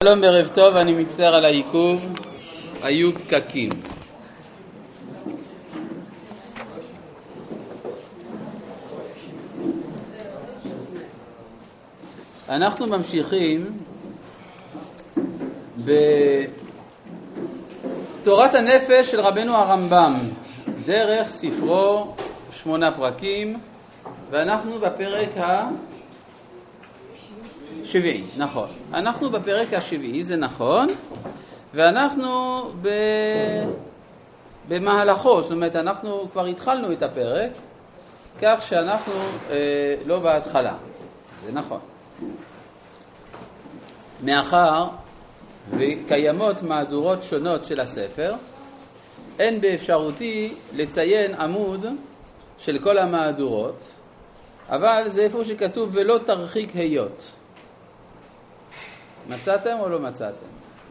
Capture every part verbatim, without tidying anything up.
שלום בערב טוב, אני מצטער על העיכוב, היו פקקים. אנחנו ממשיכים בתורת הנפש של רבנו הרמב"ם, דרך ספרו שמונה פרקים, ואנחנו בפרק השביעי, נכון. אנחנו בפרק השביעי, זה נכון, ואנחנו ב... במהלכו, זאת אומרת, אנחנו כבר התחלנו את הפרק, כך שאנחנו אה, לא בהתחלה, זה נכון. מאחר וקיימות מהדורות שונות של הספר, אין באפשרותי לציין עמוד של כל המהדורות, אבל זה איפה שכתוב ולא תרחיק היות. מצאתם או לא מצאתם?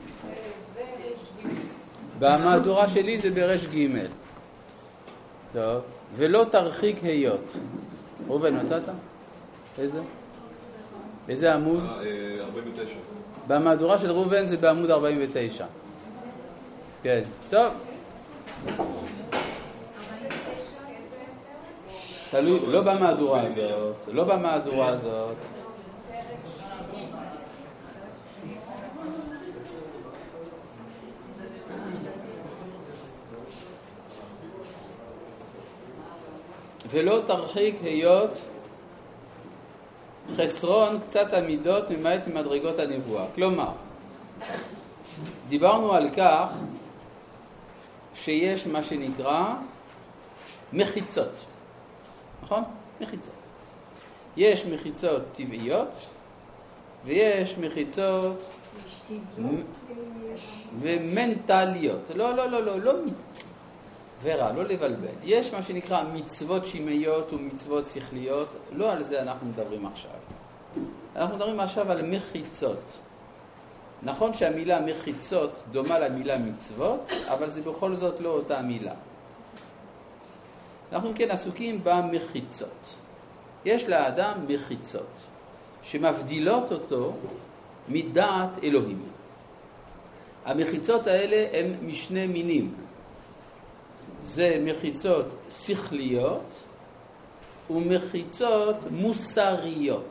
במהדורה שלי זה ברש ג'. טוב, ולא תרחיק היות. ראובן, מצאת? איזה? איזה עמוד? ארבעים ותשע. במהדורה של ראובן זה בעמוד ארבעים ותשע. כן, טוב. תלוי, לא במהדורה הזאת, לא במהדורה הזאת. ולא תרחיק היות חסרון קצת המידות ממעט ממדרגות הנבואה. כלומר, דיברנו על כך שיש מה שנקרא מחיצות. נכון? מחיצות. יש מחיצות טבעיות ויש מחיצות ומנטליות. לא, לא, לא, לא, לא ורע, לא לבלבל. יש מה שנקרא מצוות שמעיות ומצוות שכליות, לא על זה אנחנו מדברים עכשיו. אנחנו מדברים עכשיו על מחיצות. נכון שהמילה מחיצות דומה למילה מצוות, אבל זה בכל זאת לא אותה מילה. אנחנו כן עסוקים במחיצות. יש לאדם מחיצות שמבדילות אותו מדעת אלוהים. המחיצות האלה הן משני מינים. זה מחיצות שכליות ומחיצות מוסריות.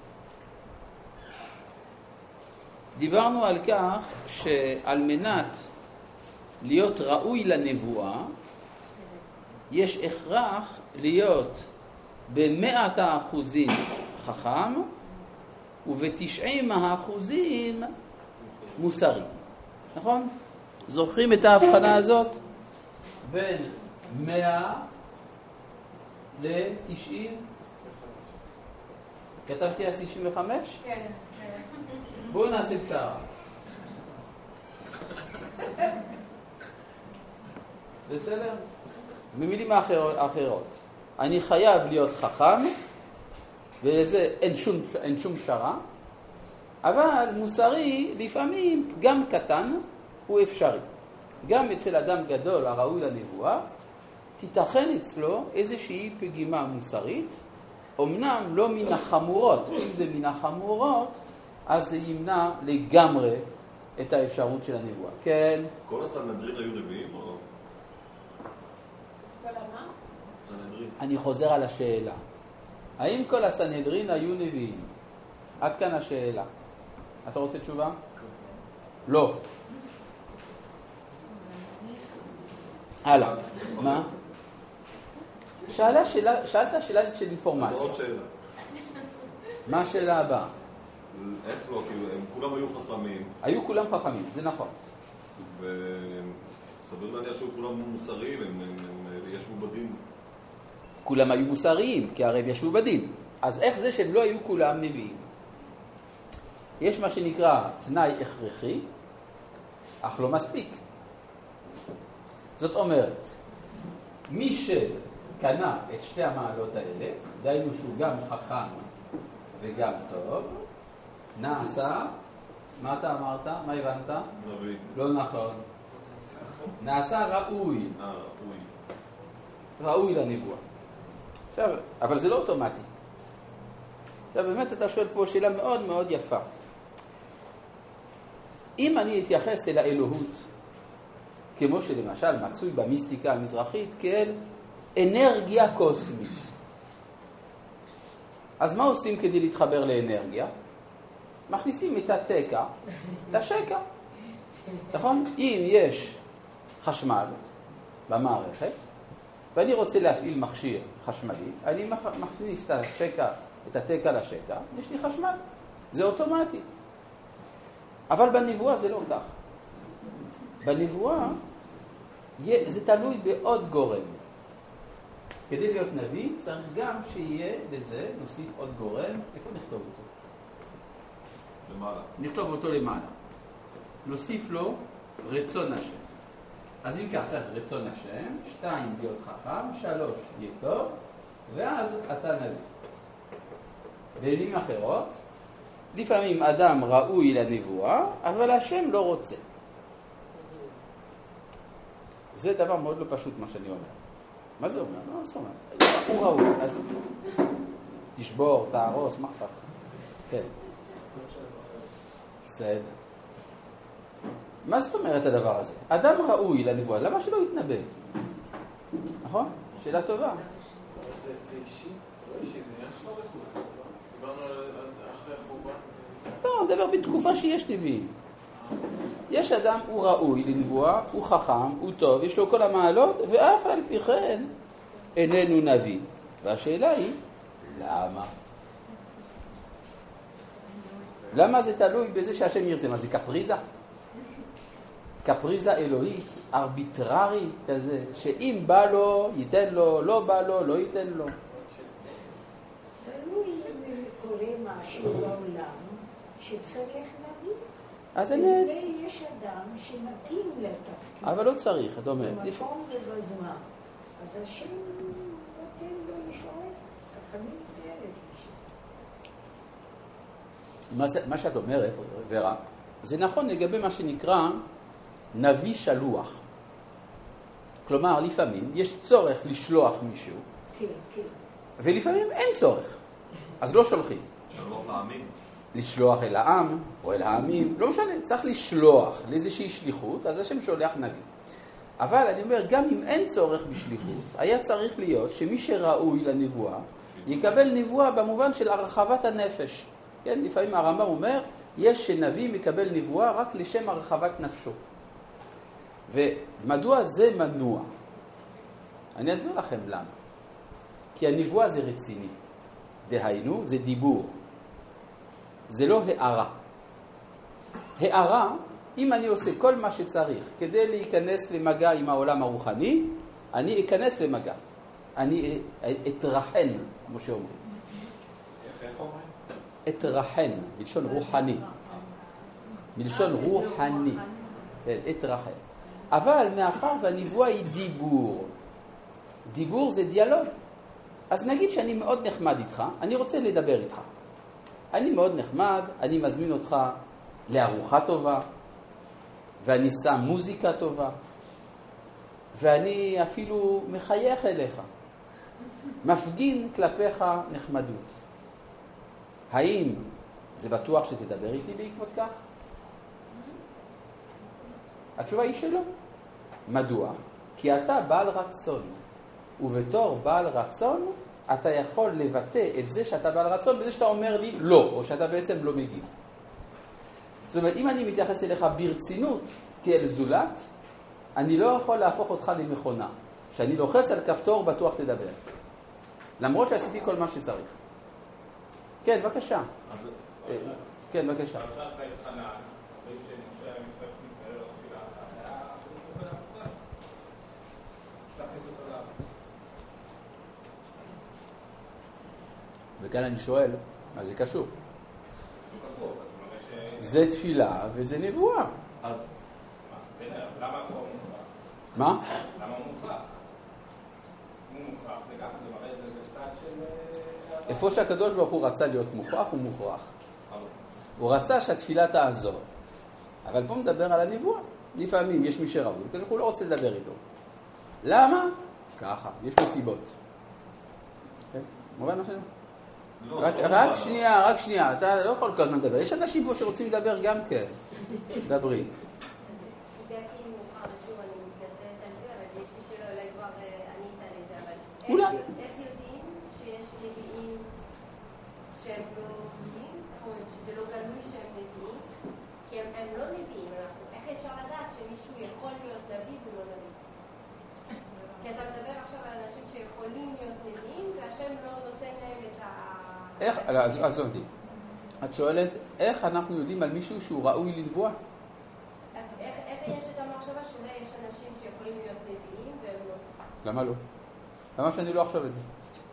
דיברנו על כך שעל מנת להיות ראוי לנבואה, יש הכרח להיות במאת האחוזים חכם ובתשעים האחוזים מוסרי. נכון? זוכרים את ההבחנה הזאת? בין מאה ל-תשעים? כתבתי אז תשעים וחמש? כן. בואו נעשה קצרה. בסדר? במילים אחרות, אני חייב להיות חכם, ולזה אין שום, אין שום פשרה, אבל מוסרי לפעמים גם קטן הוא אפשרי. גם אצל אדם גדול הראוי לנבואה, תיתכן אצלו איזושהי פגימה מוסרית, אמנם לא מן החמורות. אם זה מן החמורות, אז זה ימנע לגמרי את האפשרות של הנבואה. כן? כל הסנהדרין היו נביאים או לא? כל מה? סנהדרין. אני חוזר על השאלה. האם כל הסנהדרין היו נביאים? עד כאן השאלה. אתה רוצה תשובה? לא. הלאה. מה? שאלה שאלה, שאלת שאלה של אינפורמציה. זו עוד שאלה. מה השאלה הבאה? איך לא? כאילו, הם כולם היו חכמים. היו כולם חכמים, זה נכון. וסביר להניח שהיו כולם מוסריים, הם, הם, הם ישבו בדין. כולם היו מוסריים, כי הרי ישבו בדין. אז איך זה שהם לא היו כולם נביאים? יש מה שנקרא תנאי הכרחי, אך לא מספיק. זאת אומרת, מי שקנה את שתי המעלות האלה, דיינו שהוא גם חכם וגם טוב, נעשה, מה אתה אמרת? מה הבנת? נביא. לא נכון. נעשה ראוי. אה, ראוי. ראוי לנבואה. עכשיו, אבל זה לא אוטומטי. עכשיו, באמת אתה שואל פה שאלה מאוד מאוד יפה. אם אני אתייחס אל האלוהות, כמו שלמשל מצוי במיסטיקה המזרחית, כאל אנרגיה קוסמית. אז מה עושים כדי להתחבר לאנרגיה? מכניסים את התקע לשקע. נכון? אם יש חשמל במערכת, ואני רוצה להפעיל מכשיר חשמלי, אני מכניס את השקע, את התקע לשקע, יש לי חשמל. זה אוטומטי. אבל בנבואה זה לא כך. בנבואה זה תלוי בעוד גורם. כדי להיות נביא צריך גם שיהיה לזה, נוסיף עוד גורם. איפה נכתוב אותו? למעלה. נכתוב אותו למעלה. נוסיף לו רצון השם. אז אם כך צריך רצון השם, שתיים להיות חכם, שלוש יהיה טוב, ואז אתה נביא. במילים אחרות, לפעמים אדם ראוי לנבואה, אבל השם לא רוצה. זה דבר מאוד לא פשוט מה שאני אומר. מה זה אומר? לא, זאת אומרת. הוא ראוי, אז תשבור, תהרוס, מה אכפת? כן. בסדר. מה זאת אומרת הדבר הזה? אדם ראוי לנבואה, למה שלא יתנבא? נכון? שאלה טובה. זה אישי? לא אישי, זה נהיה שור לתקופה. דיברנו אחרי החורבן. לא, נדבר בתקופה שיש נביאים. יש אדם, הוא ראוי לנבואה, הוא חכם, הוא טוב, יש לו כל המעלות, ואף על פי כן איננו נביא. והשאלה היא, למה? למה זה תלוי בזה שהשם ירצה? מה זה קפריזה? קפריזה אלוהית, ארביטררי כזה, שאם בא לו, ייתן לו, לא בא לו, לא ייתן לו. תלוי אם קורה משהו בעולם שצריך נביא. אז אני... יש אדם שמתאים לתפקיד. אבל לא צריך, אתה אומר. במקום ובזמן. אז השם נותן לו לשאול, תכנים דרך לשאול. מה שאת אומרת, ורה, זה נכון לגבי מה שנקרא נביא שלוח. כלומר, לפעמים יש צורך לשלוח מישהו, כן, כן. ולפעמים אין צורך. אז לא שולחים. שלוח לעמים. לשלוח אל העם או אל העמים, לא משנה, צריך לשלוח לאיזושהי שליחות, אז השם שולח נביא. אבל אני אומר, גם אם אין צורך בשליחות, היה צריך להיות שמי שראוי לנבואה, יקבל נבואה במובן של הרחבת הנפש. כן, לפעמים הרמב"ם אומר, יש שנביא מקבל נבואה רק לשם הרחבת נפשו. ומדוע זה מנוע? אני אסביר לכם למה. כי הנבואה זה רציני. דהיינו, זה דיבור. זה לא הערה. הערה, אם אני עושה כל מה שצריך כדי להיכנס למגע עם העולם הרוחני, אני אכנס למגע. אני אתרחן, כמו שאומרים. איך אומרים? אתרחן, בלשון רוחני. בלשון רוחני. אתרחן. אבל מאחר והנבואה היא דיבור. דיבור זה דיאלוג. אז נגיד שאני מאוד נחמד איתך, אני רוצה לדבר איתך. אני מאוד נחמד, אני מזמין אותך לארוחה טובה, ואני שם מוזיקה טובה, ואני אפילו מחייך אליך, מפגין כלפיך נחמדות. האם זה בטוח שתדבר איתי בעקבות כך? התשובה היא שלא. מדוע? כי אתה בעל רצון, ובתור בעל רצון אתה יכול לבטא את זה שאתה בעל רצון בזה שאתה אומר לי לא, או שאתה בעצם לא מגיב. זאת אומרת, אם אני מתייחס אליך ברצינות כאל זולת, אני לא יכול להפוך אותך למכונה. שאני לוחץ על כפתור בטוח תדבר. למרות שעשיתי כל מה שצריך. כן, בבקשה. אז... כן, בבקשה. וכאן אני שואל, מה זה קשור? זה תפילה וזה נבואה. אז... למה הוא מוכרח? מה? למה הוא מוכרח? הוא מוכרח, זה גם, זה מראה איזה צד של... איפה שהקדוש ברוך הוא רצה להיות מוכרח, הוא מוכרח. הוא רצה שהתפילה תעזור. אבל פה מדבר על הנבואה. לפעמים יש מי שראוי, כי הוא לא רוצה לדבר איתו. למה? ככה, יש לו סיבות. כן? מובן מה שלנו? לא, רק, זה לא רק מובן. שנייה, רק שנייה, אתה לא יכול כל הזמן לדבר. יש אנשים פה שרוצים לדבר גם כן. דברי. הגעתי מאוחר לשיעור, אני מתנצלת על זה, אבל יש לי שאלה, אולי כבר אה, ענית על זה, אבל איך- אולי. איך יודעים שיש נביאים שהם לא נביאים? או שזה לא גלוי שהם נביאים? כי הם הם לא נביאים, אנחנו. איך אפשר לדעת שמישהו יכול להיות נביא ולא נביא? כי אתה מדבר עכשיו על אנשים שיכולים להיות נביאים, והשם לא נותן להם את ה... איך, לא, אז, אז לא מבין. את שואלת, איך אנחנו יודעים על מישהו שהוא ראוי לנבואה? איך איך יש את המחשבה שאולי יש אנשים שיכולים להיות נביאים והם לא? למה לא? למה שאני לא אחשוב את זה?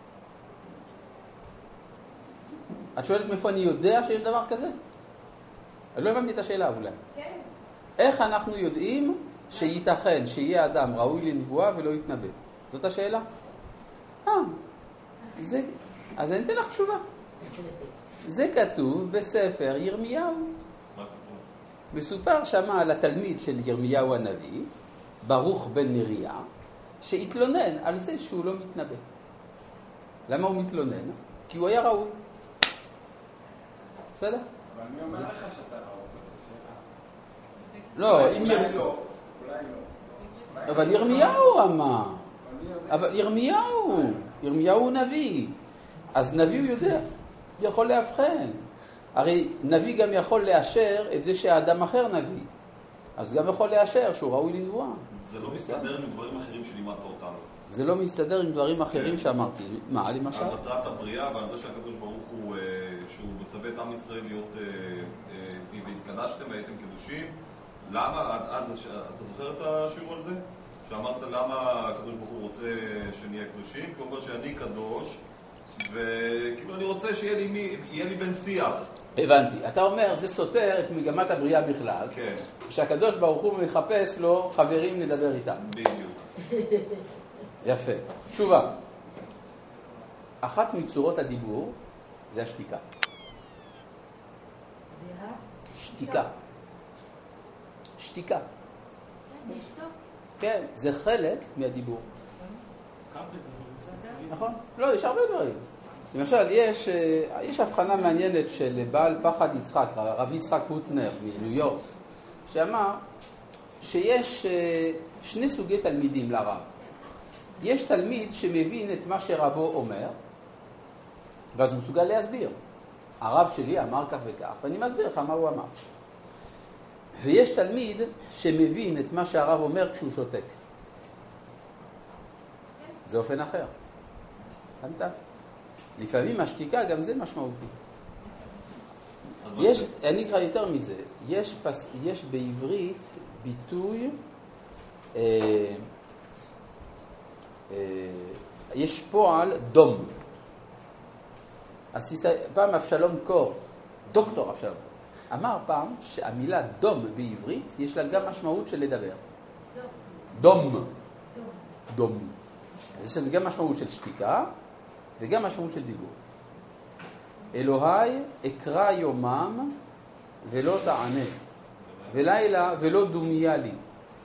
את שואלת מאיפה אני יודע שיש דבר כזה? אני לא הבנתי את השאלה אולי. כן. איך אנחנו יודעים שייתכן שיהיה אדם ראוי לנבואה ולא יתנבא? זאת השאלה? אה, זה... אז אני אתן לך תשובה. זה כתוב בספר ירמיהו. מה כתוב? מסופר שמה על התלמיד של ירמיהו הנביא, ברוך בן נריה, שהתלונן על זה שהוא לא מתנבא. למה הוא מתלונן? כי הוא היה ראוי. בסדר? אבל מי אומר לך שאתה ראוי? זאת השאלה. לא, אם אולי יר... לא, אולי לא. אבל ירמיהו אמר. אבל מי יודע? אבל ירמיהו, ירמיהו הוא נביא. אז נביא הוא יודע, יכול להבחן. הרי נביא גם יכול לאשר את זה שהאדם אחר נביא. אז גם יכול לאשר שהוא ראוי לנבואה. זה לא מסתדר עם דברים אחרים שלימדת אותנו. זה לא מסתדר עם דברים אחרים שאמרתי. מה, למשל? על מטרת הבריאה ועל זה שהקדוש ברוך הוא, אה, שהוא מצווה את עם ישראל להיות, אה, אה, והתקדשתם והייתם קדושים. למה? אז אתה זוכר את השיעור על זה? שאמרת למה הקדוש ברוך הוא רוצה שנהיה קדושים? כי הוא אומר שאני קדוש, וכאילו אני רוצה שיהיה לי, מי, יהיה לי בן שיח. הבנתי. אתה אומר, זה סותר את מגמת הבריאה בכלל. כן, שהקדוש ברוך הוא מחפש לו חברים לדבר איתם. בדיוק. יפה. תשובה. אחת מצורות הדיבור זה השתיקה. זה רע? שתיקה. שתיקה. כן, לשתוק. כן, זה חלק מהדיבור. הזכרת את זה, אבל זה סוציאליזם. נכון? לא, יש הרבה דברים. למשל, יש, אה, יש הבחנה מעניינת של בעל פחד יצחק, הרב יצחק הוטנר מניו יורק, שאמר שיש אה, שני סוגי תלמידים לרב. יש תלמיד שמבין את מה שרבו אומר, ואז הוא מסוגל להסביר. הרב שלי אמר כך וכך, ואני מסביר לך מה הוא אמר. ויש תלמיד שמבין את מה שהרב אומר כשהוא שותק. זה אופן אחר. הבנת? לפעמים השתיקה גם זה משמעותי. אז מה יש, זה? אני אקרא יותר מזה, יש, פס, יש בעברית ביטוי, אה, אה, יש פועל דום. אז תסע, פעם אבשלום קור, דוקטור אבשלום, אמר פעם שהמילה דום בעברית יש לה גם משמעות של לדבר. דום. דום. אז יש לזה גם משמעות של שתיקה וגם משמעות של דיבור. אלוהי אקרא יומם ולא תענה, ולילה ולא דומיה לי.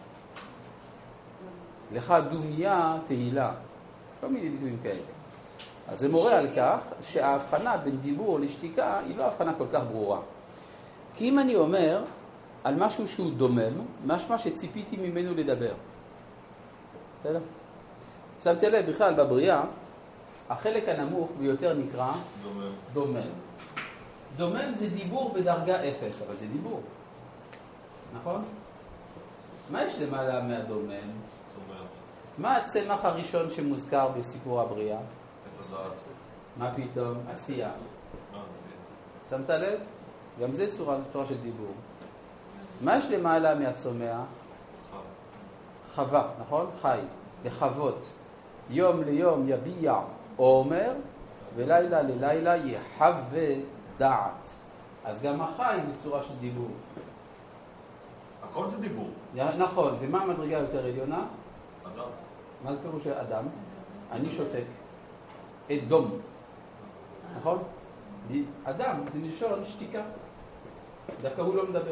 לך דומיה תהילה. לא מיני ביטויים כאלה. אז זה מורה על כך שההבחנה בין דיבור לשתיקה היא לא הבחנה כל כך ברורה. כי אם אני אומר על משהו שהוא דומם, משמע שציפיתי ממנו לדבר. בסדר? שמתי לב בכלל בבריאה, החלק הנמוך ביותר נקרא דומם. דומם. דומם זה דיבור בדרגה אפס, אבל זה דיבור. נכון? מה יש למעלה מהדומם? צומח. מה הצמח הראשון שמוזכר בסיפור הבריאה? את הזעת. מה פתאום? עשייה. מה זה? שמת לב? גם זה צורה, צורה של דיבור. מה יש למעלה מהצומח? חב. חווה, נכון? חי. לחוות. יום ליום יביע עומר, ולילה ללילה יחווה דעת. אז גם החי זה צורה של דיבור. הכל זה דיבור. נכון, ומה המדרגה יותר עליונה? אדם. מה זה פירוש של אדם? אני שותק. אדום. נכון? אדם זה מלשון שתיקה. דווקא הוא לא מדבר.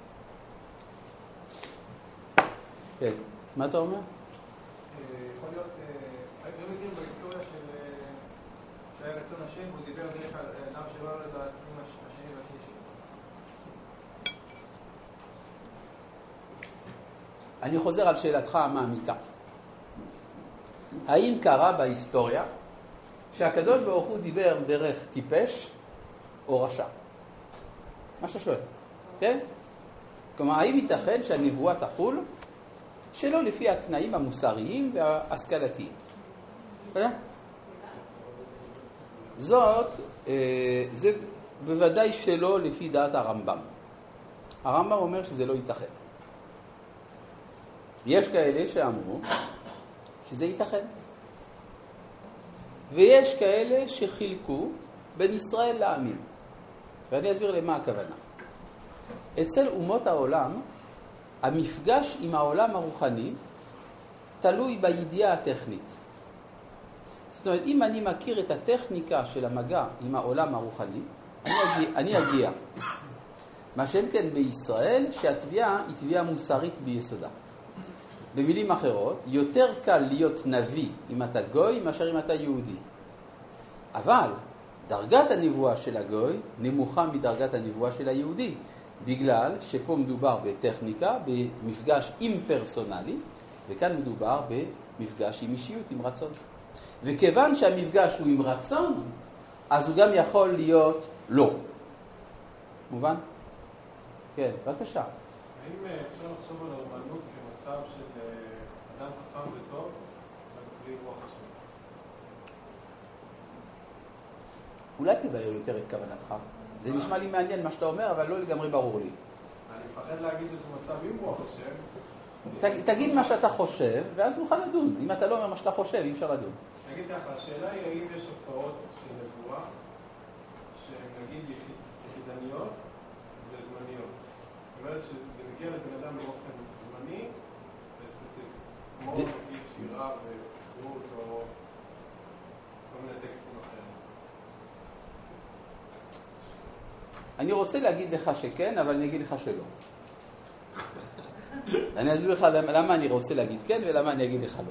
כן, מה אתה אומר? יכול להיות, אני לא מכיר בהיסטוריה של שהיה רצון השם, הוא דיבר דרך האדם שלא היה לו את התנאים השני והשלישי. אני חוזר על שאלתך המעמיקה. האם קרה בהיסטוריה שהקדוש ברוך הוא דיבר דרך טיפש או רשע? מה שאתה שואל, כן? כלומר, האם ייתכן שהנבואה תחול שלא לפי התנאים המוסריים וההשכלתיים? אתה יודע? זאת, זה בוודאי שלא לפי דעת הרמב"ם. הרמב"ם אומר שזה לא ייתכן. יש כאלה שאמרו שזה ייתכן. ויש כאלה שחילקו בין ישראל לעמים. ואני אסביר למה הכוונה. אצל אומות העולם, המפגש עם העולם הרוחני תלוי בידיעה הטכנית. זאת אומרת, אם אני מכיר את הטכניקה של המגע עם העולם הרוחני, אני אגיע. אני אגיע. מה שאין כן בישראל, שהתביעה היא תביעה מוסרית ביסודה. במילים אחרות, יותר קל להיות נביא אם אתה גוי מאשר אם אתה יהודי. אבל דרגת הנבואה של הגוי נמוכה מדרגת הנבואה של היהודי, בגלל שפה מדובר בטכניקה, במפגש אימפרסונלי, וכאן מדובר במפגש עם אישיות, עם רצון. וכיוון שהמפגש הוא עם רצון, אז הוא גם יכול להיות לא. מובן? כן, בבקשה. האם אפשר לחשוב על האומנות כמצב של אדם חכם וטוב, בלי רוח השם? אולי תבהר יותר את כוונתך. זה נשמע לי מעניין מה שאתה אומר, אבל לא לגמרי ברור לי. אני מפחד להגיד שזה מצב עם רוח השם. תגיד מה שאתה חושב, ואז נוכל לדון. אם אתה לא אומר מה שאתה חושב, אי אפשר לדון. נגיד ככה, השאלה היא האם יש הופעות של נבואה, שהן נגיד יחידניות וזמניות. זאת אומרת שזה מגיע לבן אדם באופן זמני וספציפי. כמו נגיד שירה וספרות או כל מיני טקסטים אחרים. אני רוצה להגיד לך שכן, אבל אני אגיד לך שלא. אני אסביר לך למה אני רוצה להגיד כן ולמה אני אגיד לך לא.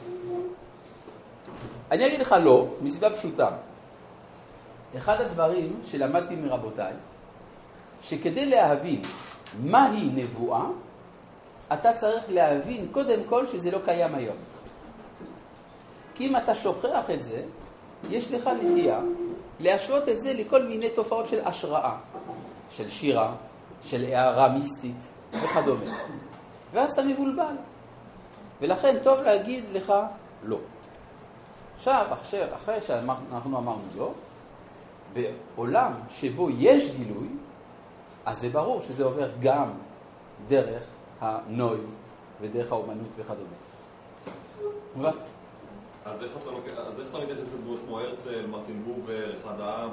אני אגיד לך לא, מסיבה פשוטה. אחד הדברים שלמדתי מרבותיי, שכדי להבין מהי נבואה, אתה צריך להבין קודם כל שזה לא קיים היום. כי אם אתה שוכח את זה, יש לך נטייה להשוות את זה לכל מיני תופעות של השראה, של שירה, של הערה מיסטית וכדומה. ואז אתה מבולבל. ולכן טוב להגיד לך לא. עכשיו, אחרי, אחרי שאנחנו אמרנו לא, בעולם שבו יש גילוי, אז זה ברור שזה עובר גם דרך הנוי ודרך האומנות וכדומה. אז, אז איך אתה לוקח, אז איך אתה מתייחס לדמות כמו הרצל, מרטין בובר, אחד העם,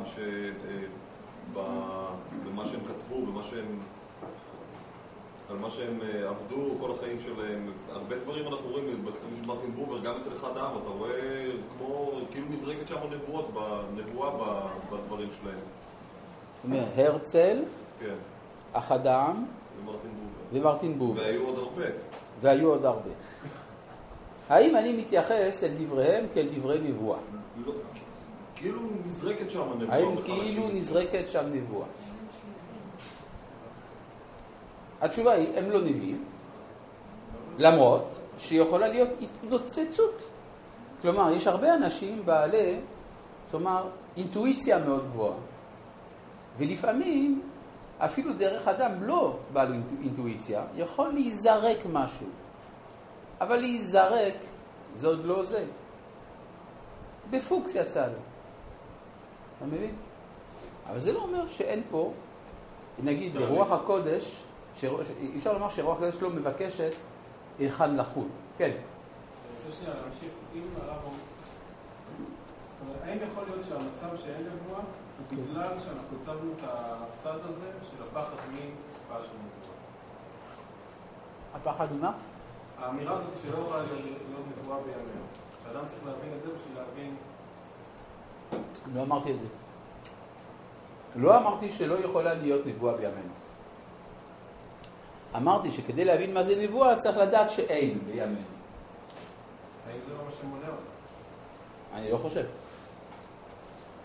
שבמה שהם כתבו, במה שהם, על מה שהם עבדו כל החיים שלהם, הרבה דברים אנחנו רואים בכתבים של מרטין בובר, גם אצל אחד העם, אתה רואה כמו, כאילו נזרקת שם נבואות, נבואה בדברים שלהם. זאת אומרת, הרצל, כן. אחד העם ומרטין בובר. ומרטין בובר. והיו עוד הרבה. והיו עוד הרבה. האם אני מתייחס אל דבריהם כאל דברי נבואה? לא, כאילו נזרקת שם נבואה. האם כאילו נזרקת שם נבואה? התשובה היא, הם לא נביאים, למרות שיכולה להיות התנוצצות. כלומר, יש הרבה אנשים בעלי, כלומר, אינטואיציה מאוד גבוהה. ולפעמים, אפילו דרך אדם לא בעל אינטואיציה, יכול להיזרק משהו. אבל להיזרק, זה עוד לא זה. בפוקס יצא לו. אתה מבין? אבל זה לא אומר שאין פה, נגיד, רוח הקודש, אפשר לומר שרוח הקודש לא מבקשת היכן לחול. כן. אני רוצה שנייה להמשיך. אם הרב אומר, האם יכול להיות שהמצב שאין נבואה הוא בגלל שאנחנו הצבנו את הסד הזה של הפחד מתופעה של נבואה? הפחד ממה? האמירה הזאת שלא יכולה להיות נבואה בימינו. שאדם צריך להבין את זה בשביל להבין... לא אמרתי את זה. לא אמרתי שלא יכולה להיות נבואה בימינו. אמרתי שכדי להבין מה זה נבואה צריך לדעת שאין בימינו. האם זה לא מה שמונע אותה? אני לא חושב.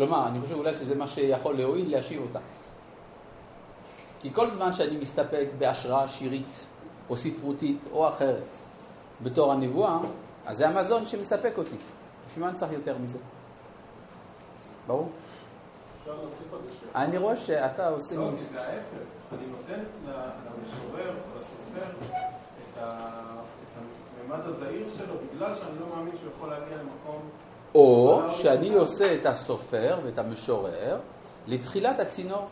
כלומר, אני חושב אולי שזה מה שיכול להועיל להשיב אותה. כי כל זמן שאני מסתפק בהשראה שירית או ספרותית או אחרת בתור הנבואה, אז זה המזון שמספק אותי. בשביל מה אני צריך יותר מזה? ברור? אפשר להוסיף על זה ש... אני רואה שאתה עושה... לא, כי זה ההפך. אני נותן למשורר או לסופר את הממד הזעיר שלו, בגלל שאני לא מאמין שהוא יכול להגיע למקום... או שאני עושה את הסופר ואת המשורר לתחילת הצינור.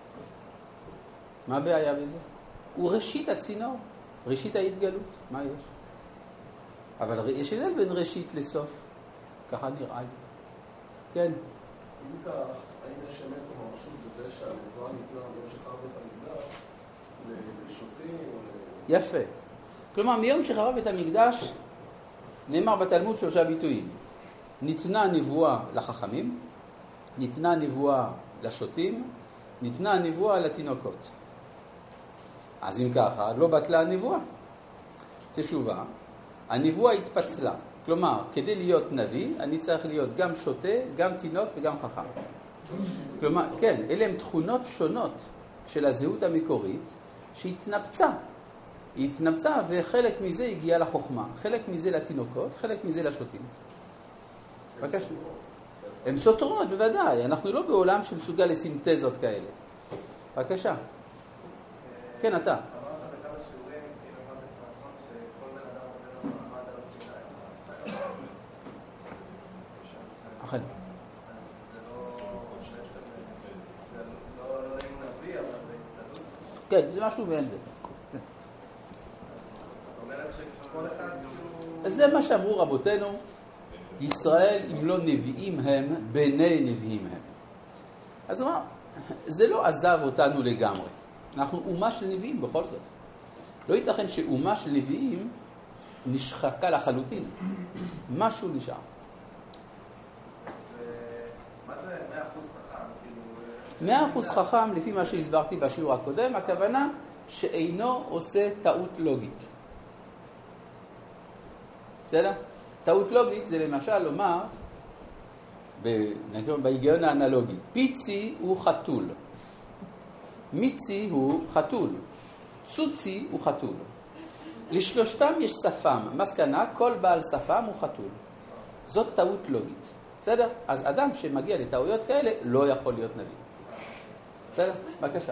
מה הבעיה בזה? הוא ראשית הצינור, ראשית ההתגלות. מה יש? אבל יש הבדל בין ראשית לסוף. ככה נראה לי. כן. אם כך, האם יש אמת או משהו בזה שהנבואה ניתנה ביום שחרב בית המקדש לשוטים או ל... יפה. כלומר, מיום שחרב בית המקדש נאמר בתלמוד שלושה ביטויים. ניתנה נבואה לחכמים, ניתנה נבואה לשוטים, ניתנה נבואה לתינוקות. אז אם ככה, לא בטלה הנבואה. תשובה, הנבואה התפצלה. כלומר, כדי להיות נביא, אני צריך להיות גם שוטה, גם תינוק וגם חכם. כלומר, כן, אלה הן תכונות שונות של הזהות המקורית שהתנפצה. היא התנפצה וחלק מזה הגיע לחוכמה, חלק מזה לתינוקות, חלק מזה לשוטים. בבקשה. הן סותרות, בוודאי. אנחנו לא בעולם שמסוגל לסינתזות כאלה. בבקשה. כן, אתה. אמרת בכמה שיעורים, כאילו אמרת במקום שכל בן אדם עובד לו מעמד הר סיני. אכן. אז זה לא... לא נעים נביא, אבל זה התעלות. כן, זה משהו בין זה. זאת אומרת שכל אחד כאילו... אז זה מה שאמרו רבותינו, ישראל אם לא נביאים הם, בני נביאים הם. אז הוא אמר, זה לא עזב אותנו לגמרי. אנחנו אומה של נביאים בכל זאת. לא ייתכן שאומה של נביאים נשחקה לחלוטין. משהו נשאר. מה זה מאה אחוז חכם? מאה אחוז חכם, לפי מה שהסברתי בשיעור הקודם, הכוונה שאינו עושה טעות לוגית. בסדר? טעות לוגית זה למשל לומר, בהיגיון האנלוגי, פיצי הוא חתול, מיצי הוא חתול, צוצי הוא חתול. לשלושתם יש שפם, מסקנה, כל בעל שפם הוא חתול. זאת טעות לוגית. בסדר? אז אדם שמגיע לטעויות כאלה לא יכול להיות נביא. בסדר? בבקשה.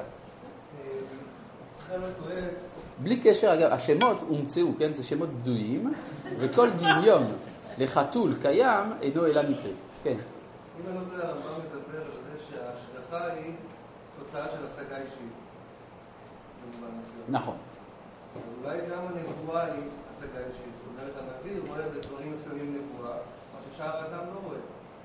בלי קשר, אגב, השמות הומצאו, כן? זה שמות בדויים, וכל דמיון לחתול קיים אינו אלא מקרי. כן. אם אני יודע, הרמב"ם מדבר על זה שההשגחה היא תוצאה של השגה אישית. נכון. אולי גם הנבואה היא השגה אישית. זאת אומרת, הנביא רואה בדברים מסוימים נבואה, מה ששאר האדם לא רואה.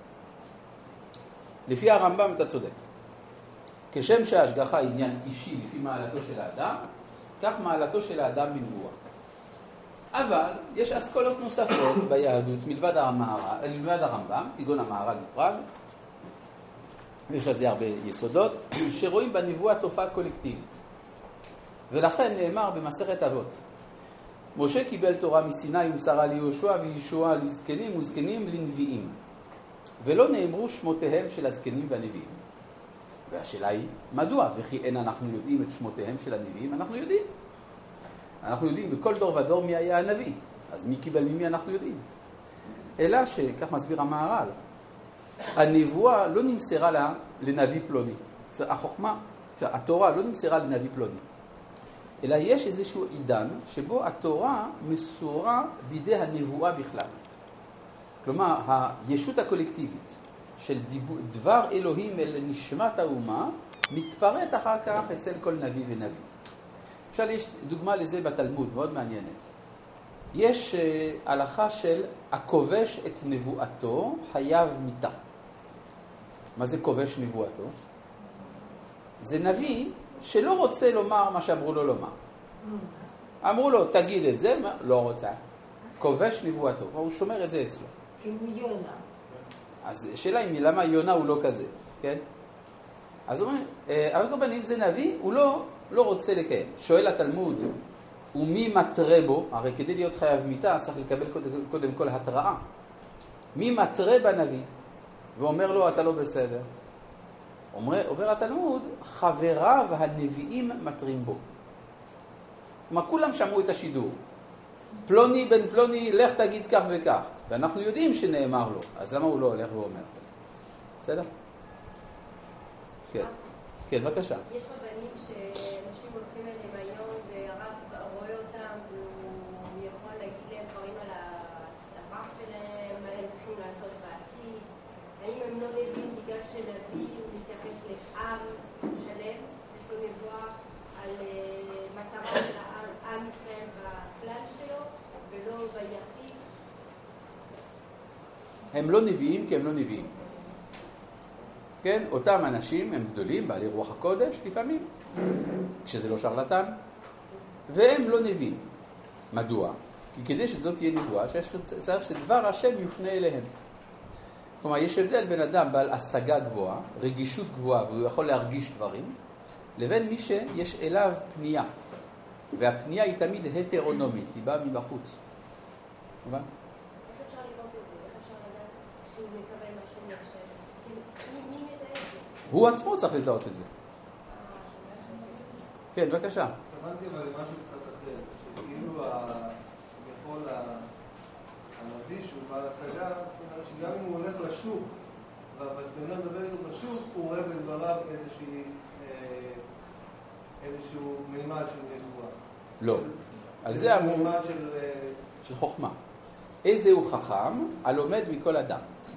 לפי הרמב"ם אתה צודק. כשם שההשגחה היא עניין אישי לפי מעלתו של האדם, כך מעלתו של האדם בנבואה. אבל יש אסכולות נוספות ביהדות מלבד המהר"ל, מלבד הרמב"ם, כגון המהר"ל בפראג, ויש על זה הרבה יסודות, שרואים בנבואה תופעה קולקטיבית. ולכן נאמר במסכת אבות, משה קיבל תורה מסיני ומסרה ליהושע וישוע לזקנים וזקנים לנביאים, ולא נאמרו שמותיהם של הזקנים והנביאים. והשאלה היא, מדוע? וכי אין אנחנו יודעים את שמותיהם של הנביאים? אנחנו יודעים. אנחנו יודעים בכל דור ודור מי היה הנביא. אז מי קיבל ממי אנחנו יודעים. אלא שכך מסביר המהר"ל, הנבואה לא נמסרה לה לנביא פלוני. החוכמה, התורה לא נמסרה לנביא פלוני. אלא יש איזשהו עידן שבו התורה מסורה בידי הנבואה בכלל. כלומר, הישות הקולקטיבית של דבר אלוהים אל נשמת האומה מתפרט אחר כך אצל כל נביא ונביא. אפשר, יש דוגמה לזה בתלמוד, מאוד מעניינת. יש uh, הלכה של הכובש את נבואתו חייב מיתה. מה זה כובש נבואתו? זה נביא שלא רוצה לומר מה שאמרו לו לומר. אמרו לו, תגיד את זה, לא רוצה. כובש נבואתו, הוא שומר את זה אצלו. כאילו יונה. אז שאלה היא, למה יונה הוא לא כזה, כן? אז הוא אומר, אבל קורבנים זה נביא, הוא לא, לא רוצה לקיים. שואל התלמוד, ומי מטרה בו? הרי כדי להיות חייב מיתה צריך לקבל קודם, קודם כל התראה. מי מטרה בנביא? ואומר לו, אתה לא בסדר. אומר, אומר התלמוד, חבריו הנביאים מטרים בו. כלומר, כולם שמעו את השידור. פלוני בן פלוני, לך תגיד כך וכך. ואנחנו יודעים שנאמר לו, אז למה הוא לא הולך ואומר? בסדר? כן. כן, בבקשה. יש רבנים שאנשים הולכים אליהם היום והרב רואה אותם והוא יכול להגיד להם דברים על הדבר שלהם, מה הם צריכים לעשות בעתיד. האם הם לא נביאים בגלל שנביא הוא מתייחס לעם שלם, יש לו נבואה על מטרה של העם ישראל בכלל שלו ולא ביחיד? הם לא נביאים כי הם לא נביאים. כן, אותם אנשים הם גדולים, בעלי רוח הקודש לפעמים, כשזה לא שרלטן, והם לא נביאים. מדוע? כי כדי שזאת תהיה נבואה, צריך שדבר השם יופנה אליהם. כלומר, יש הבדל בין אדם בעל השגה גבוהה, רגישות גבוהה, והוא יכול להרגיש דברים, לבין מי שיש אליו פנייה. והפנייה היא תמיד הטרונומית, היא באה מבחוץ. מובן? איך אפשר לראות את זה? איך אפשר לדעת שהוא מקבל משהו מהשם? מי מזהה את זה? הוא עצמו צריך לזהות את זה. כן, בבקשה. התכוונתי אבל למשהו קצת אחר, שכאילו יכול הנביא שהוא בעל השגה, זאת אומרת שגם אם הוא הולך לשוק, והפסטיונר מדבר איתו בשוק, הוא רואה בדבריו איזשהו מימד של נבואה. לא. על זה אמור... מימד של... של חוכמה. איזה הוא חכם? הלומד מכל אדם.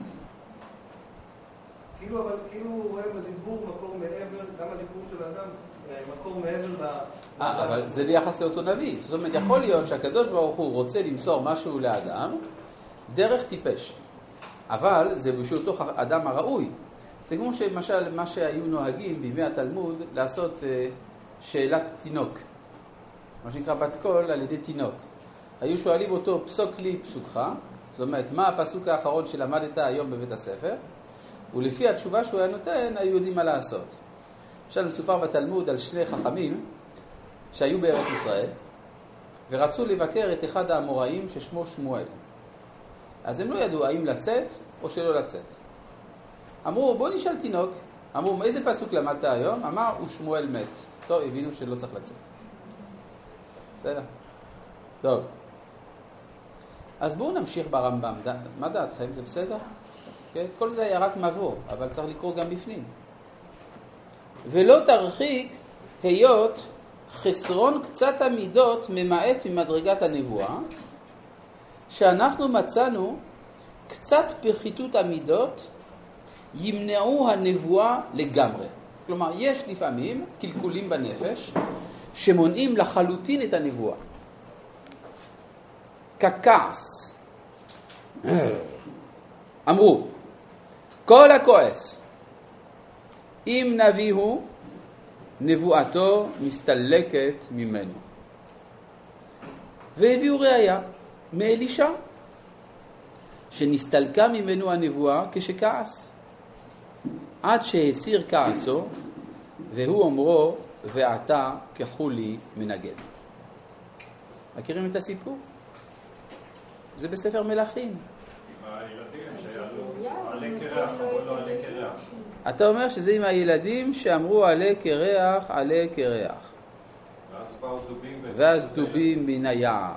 כאילו, אבל כאילו הוא רואה בדיבור מקור מעבר, גם הדיבור של האדם, מקור מעבר ל... אה, אבל זה ביחס לאותו נביא. זאת אומרת, יכול להיות שהקדוש ברוך הוא רוצה למסור משהו לאדם דרך טיפש. אבל זה בשביל אותו אדם הראוי. זה כמו שמשל מה שהיו נוהגים בימי התלמוד לעשות שאלת תינוק. מה שנקרא בת קול על ידי תינוק. היו שואלים אותו פסוק לי פסוקך, זאת אומרת, מה הפסוק האחרון שלמדת היום בבית הספר, ולפי התשובה שהוא היה נותן, היו יודעים מה לעשות. עכשיו מסופר בתלמוד על שני חכמים שהיו בארץ ישראל, ורצו לבקר את אחד האמוראים ששמו שמואל. אז הם לא ידעו האם לצאת או שלא לצאת. אמרו, בוא נשאל תינוק. אמרו, איזה פסוק למדת היום? אמר, ושמואל מת. טוב, הבינו שלא צריך לצאת. בסדר? טוב. אז בואו נמשיך ברמב"ם. מה דעתכם? זה בסדר? כן? כל זה היה רק מבוא, אבל צריך לקרוא גם בפנים. ולא תרחיק היות חסרון קצת המידות ממעט ממדרגת הנבואה, שאנחנו מצאנו קצת פחיתות המידות ימנעו הנבואה לגמרי. כלומר, יש לפעמים קלקולים בנפש שמונעים לחלוטין את הנבואה. ככעס. אמרו, כל הכועס, אם נביא הוא, נבואתו מסתלקת ממנו. והביאו ראיה מאלישע, שנסתלקה ממנו הנבואה כשכעס, עד שהסיר כעסו, והוא אומרו, ועתה כחולי מנגד. מכירים את הסיפור? זה בספר מלכים. עם הילדים שעלו עלי קרח, אמרו לו עלי קרח. אתה אומר שזה עם הילדים שאמרו עלי קרח, עלי קרח. ואז באו דובים ו... ואז דובים מן היער.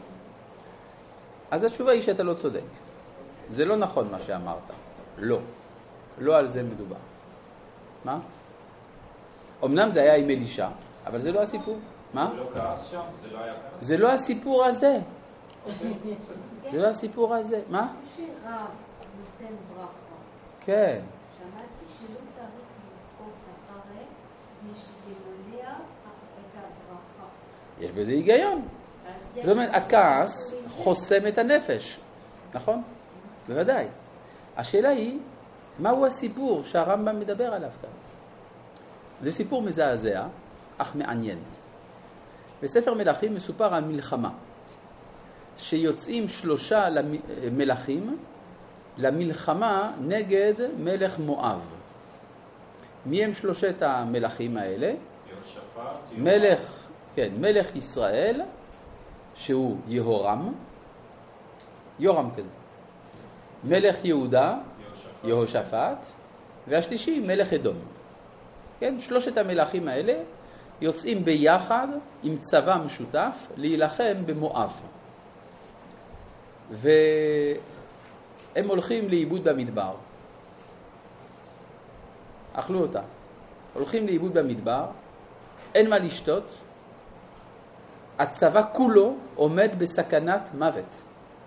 אז התשובה היא שאתה לא צודק. זה לא נכון מה שאמרת. לא. לא על זה מדובר. מה? אמנם זה היה עם אלישע, אבל זה לא הסיפור. מה? זה לא כעס שם? זה לא היה כעס? זה לא הסיפור הזה. זה לא הסיפור הזה. מה? שרב נותן ברכה. כן. שמעתי שלא צריך לקפוץ אחרי, ושזה מונע את הברכה. יש בזה היגיון. זאת אומרת, הכעס חוסם את הנפש. נכון? בוודאי. השאלה היא, מהו הסיפור שהרמב"ם מדבר עליו כאן? זה סיפור מזעזע, אך מעניין. בספר מלכים מסופר על מלחמה, שיוצאים שלושה מלכים למלחמה נגד מלך מואב. מי הם שלושת המלכים האלה? יהושפט, מלך, כן, מלך ישראל, שהוא יהורם, יורם כזה. מלך יהודה, יהושפט, יהושפט, והשלישי מלך אדום. כן, שלושת המלכים האלה יוצאים ביחד עם צבא משותף להילחם במואב. והם הולכים לאיבוד במדבר. אכלו אותה. הולכים לאיבוד במדבר, אין מה לשתות, הצבא כולו עומד בסכנת מוות.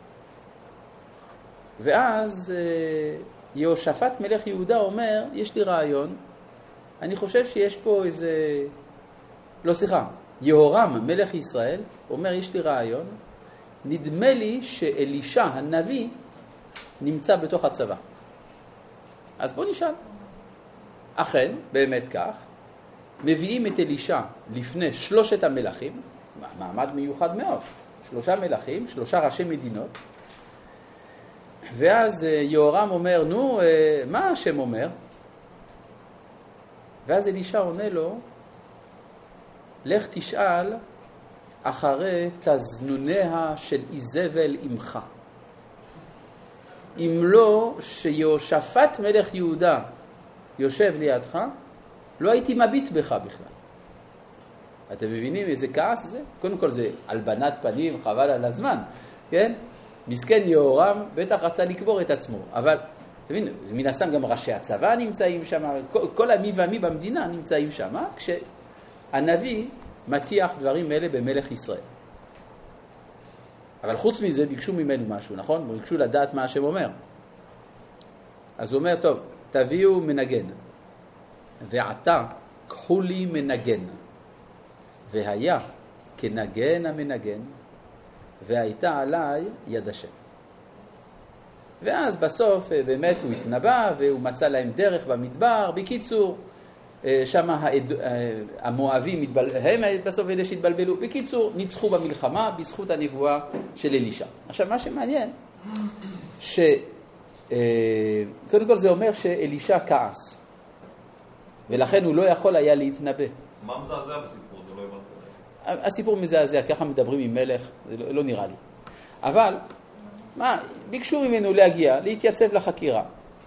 ואז יהושפט מלך יהודה אומר, יש לי רעיון, אני חושב שיש פה איזה, לא סליחה, יהורם מלך ישראל אומר, יש לי רעיון, נדמה לי שאלישע הנביא נמצא בתוך הצבא. אז בוא נשאל. אכן, באמת כך, מביאים את אלישע לפני שלושת המלכים, מעמד מיוחד מאוד, שלושה מלכים, שלושה ראשי מדינות, ואז יהורם אומר, נו, מה השם אומר? ואז אלישע עונה לו, לך תשאל אחרי תזנוניה של איזבל אמך. אם לא שיהושפט מלך יהודה יושב לידך, לא הייתי מביט בך בכלל. אתם מבינים איזה כעס זה? קודם כל זה הלבנת פנים, חבל על הזמן, כן? מסכן יהורם בטח רצה לקבור את עצמו, אבל תבין, מן הסתם גם ראשי הצבא נמצאים שם, כל, כל המי והמי במדינה נמצאים שם, כשהנביא מטיח דברים אלה במלך ישראל. אבל חוץ מזה ביקשו ממנו משהו, נכון? ביקשו לדעת מה השם אומר. אז הוא אומר, טוב, תביאו מנגן, ועתה קחו לי מנגן, והיה כנגן המנגן, והייתה עליי יד השם. ואז בסוף באמת הוא התנבא, והוא מצא להם דרך במדבר. בקיצור, שם העד... המואבים התבל... הם בסוף אלה שהתבלבלו. בקיצור, ניצחו במלחמה בזכות הנבואה של אלישע. עכשיו, מה שמעניין, ש... קודם כל זה אומר שאלישע כעס, ולכן הוא לא יכול היה להתנבא. מה מזעזע בסיפור? זה לא הבנתי. הסיפור מזעזע, ככה מדברים עם מלך, זה לא, לא נראה לי. אבל, מה, ביקשו ממנו להגיע, להתייצב לחקירה.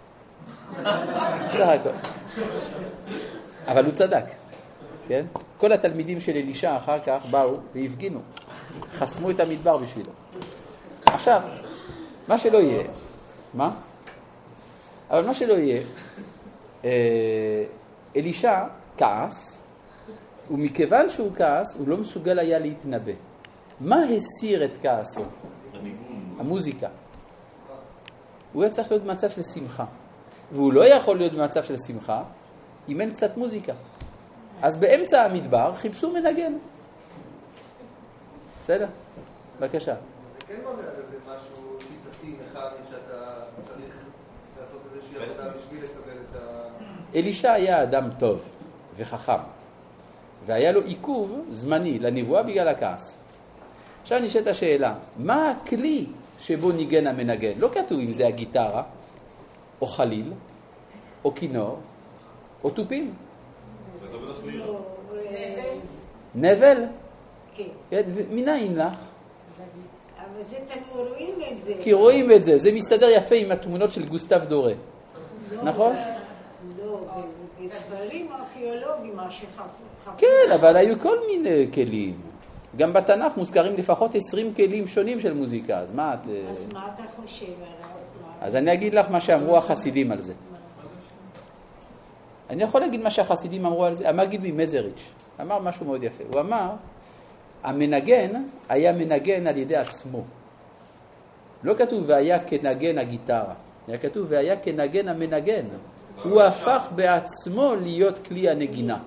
זה הכל. אבל הוא צדק, כן? כל התלמידים של אלישע אחר כך באו והפגינו, חסמו את המדבר בשבילו. עכשיו, מה שלא יהיה, מה? אבל מה שלא יהיה, אלישע כעס, ומכיוון שהוא כעס, הוא לא מסוגל היה להתנבא. מה הסיר את כעסו? המוזיקה. הוא היה צריך להיות במצב של שמחה. והוא לא יכול להיות במצב של שמחה אם אין קצת מוזיקה. אז באמצע המדבר חיפשו מנגן. בסדר? בבקשה. זה כן אומר איזה משהו שיטתי, מכני, שאתה צריך לעשות איזושהי עבודה בשביל לקבל את ה... אלישע היה אדם טוב וחכם, והיה לו עיכוב זמני לנבואה בגלל הכעס. עכשיו נשאלת השאלה, מה הכלי שבו ניגן המנגן? לא כתוב אם זה הגיטרה, או חליל, או כינור, או טופים. נבל? כן. מנין לך? אבל זה אתם רואים את זה. כי רואים את זה, זה מסתדר יפה עם התמונות של גוסטב דורה. נכון? לא, בספרים ארכיאולוגיים, מה שחפרו. כן, אבל היו כל מיני כלים. גם בתנ"ך מוזכרים לפחות עשרים כלים שונים של מוזיקה, אז מה את... אז מה אתה חושב עליו? אז אני אגיד לך מה שאמרו החסידים על זה. אני יכול להגיד מה שהחסידים אמרו על זה. המגיד ממזריץ' אמר משהו מאוד יפה. הוא אמר, המנגן היה מנגן על ידי עצמו. לא כתוב והיה כנגן הגיטרה. היה כתוב והיה כנגן המנגן. הוא הפך בעצמו להיות כלי הנגינה.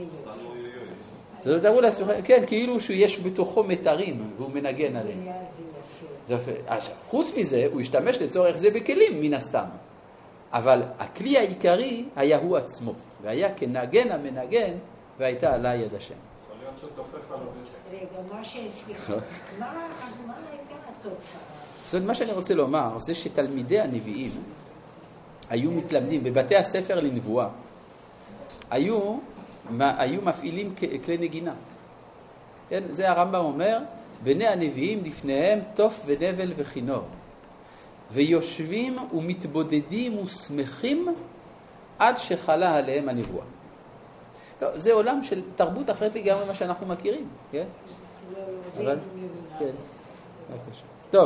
זאת אומרת, כן, כאילו שיש בתוכו מטרים והוא מנגן עליהם. עכשיו, חוץ מזה, הוא השתמש לצורך זה בכלים מן הסתם. אבל הכלי העיקרי היה הוא עצמו, והיה כנגן המנגן, והייתה עלה יד השם. יכול להיות שהוא תופף על עובד. רגע, מה שסליחה, מה, אז מה הייתה התוצאה? זאת אומרת, מה שאני רוצה לומר, זה שתלמידי הנביאים היו מתלמדים, בבתי הספר לנבואה, היו, היו מפעילים כלי נגינה. כן? זה הרמב"ם אומר, בני הנביאים לפניהם תוף ונבל וכינור. ויושבים ומתבודדים ושמחים עד שחלה עליהם הנבואה. טוב, זה עולם של תרבות אחרת לגמרי מה שאנחנו מכירים, כן? אבל, כן. בבקשה. טוב.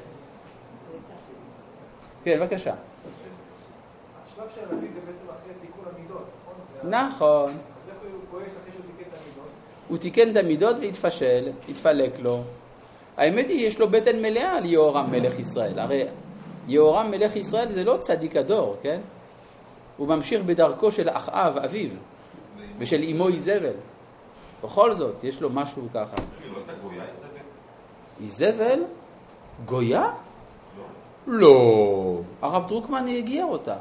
כן, בבקשה. השלב של הנביא זה בעצם אחרי תיקון המידות, נכון? נכון. אז איך הוא כועס אחרי שהוא תיקן את המידות? הוא תיקן את המידות והתפשל, התפלק לו. האמת היא, יש לו בטן מלאה על יהורם מלך ישראל. הרי יהורם מלך ישראל זה לא צדיק הדור, כן? הוא ממשיך בדרכו של אחאב, אביו, ושל אמו איזבל. בכל זאת, יש לו משהו ככה. לא הייתה גויה איזבל? איזבל? גויה? לא. הרב דרוקמן הגיע אותה.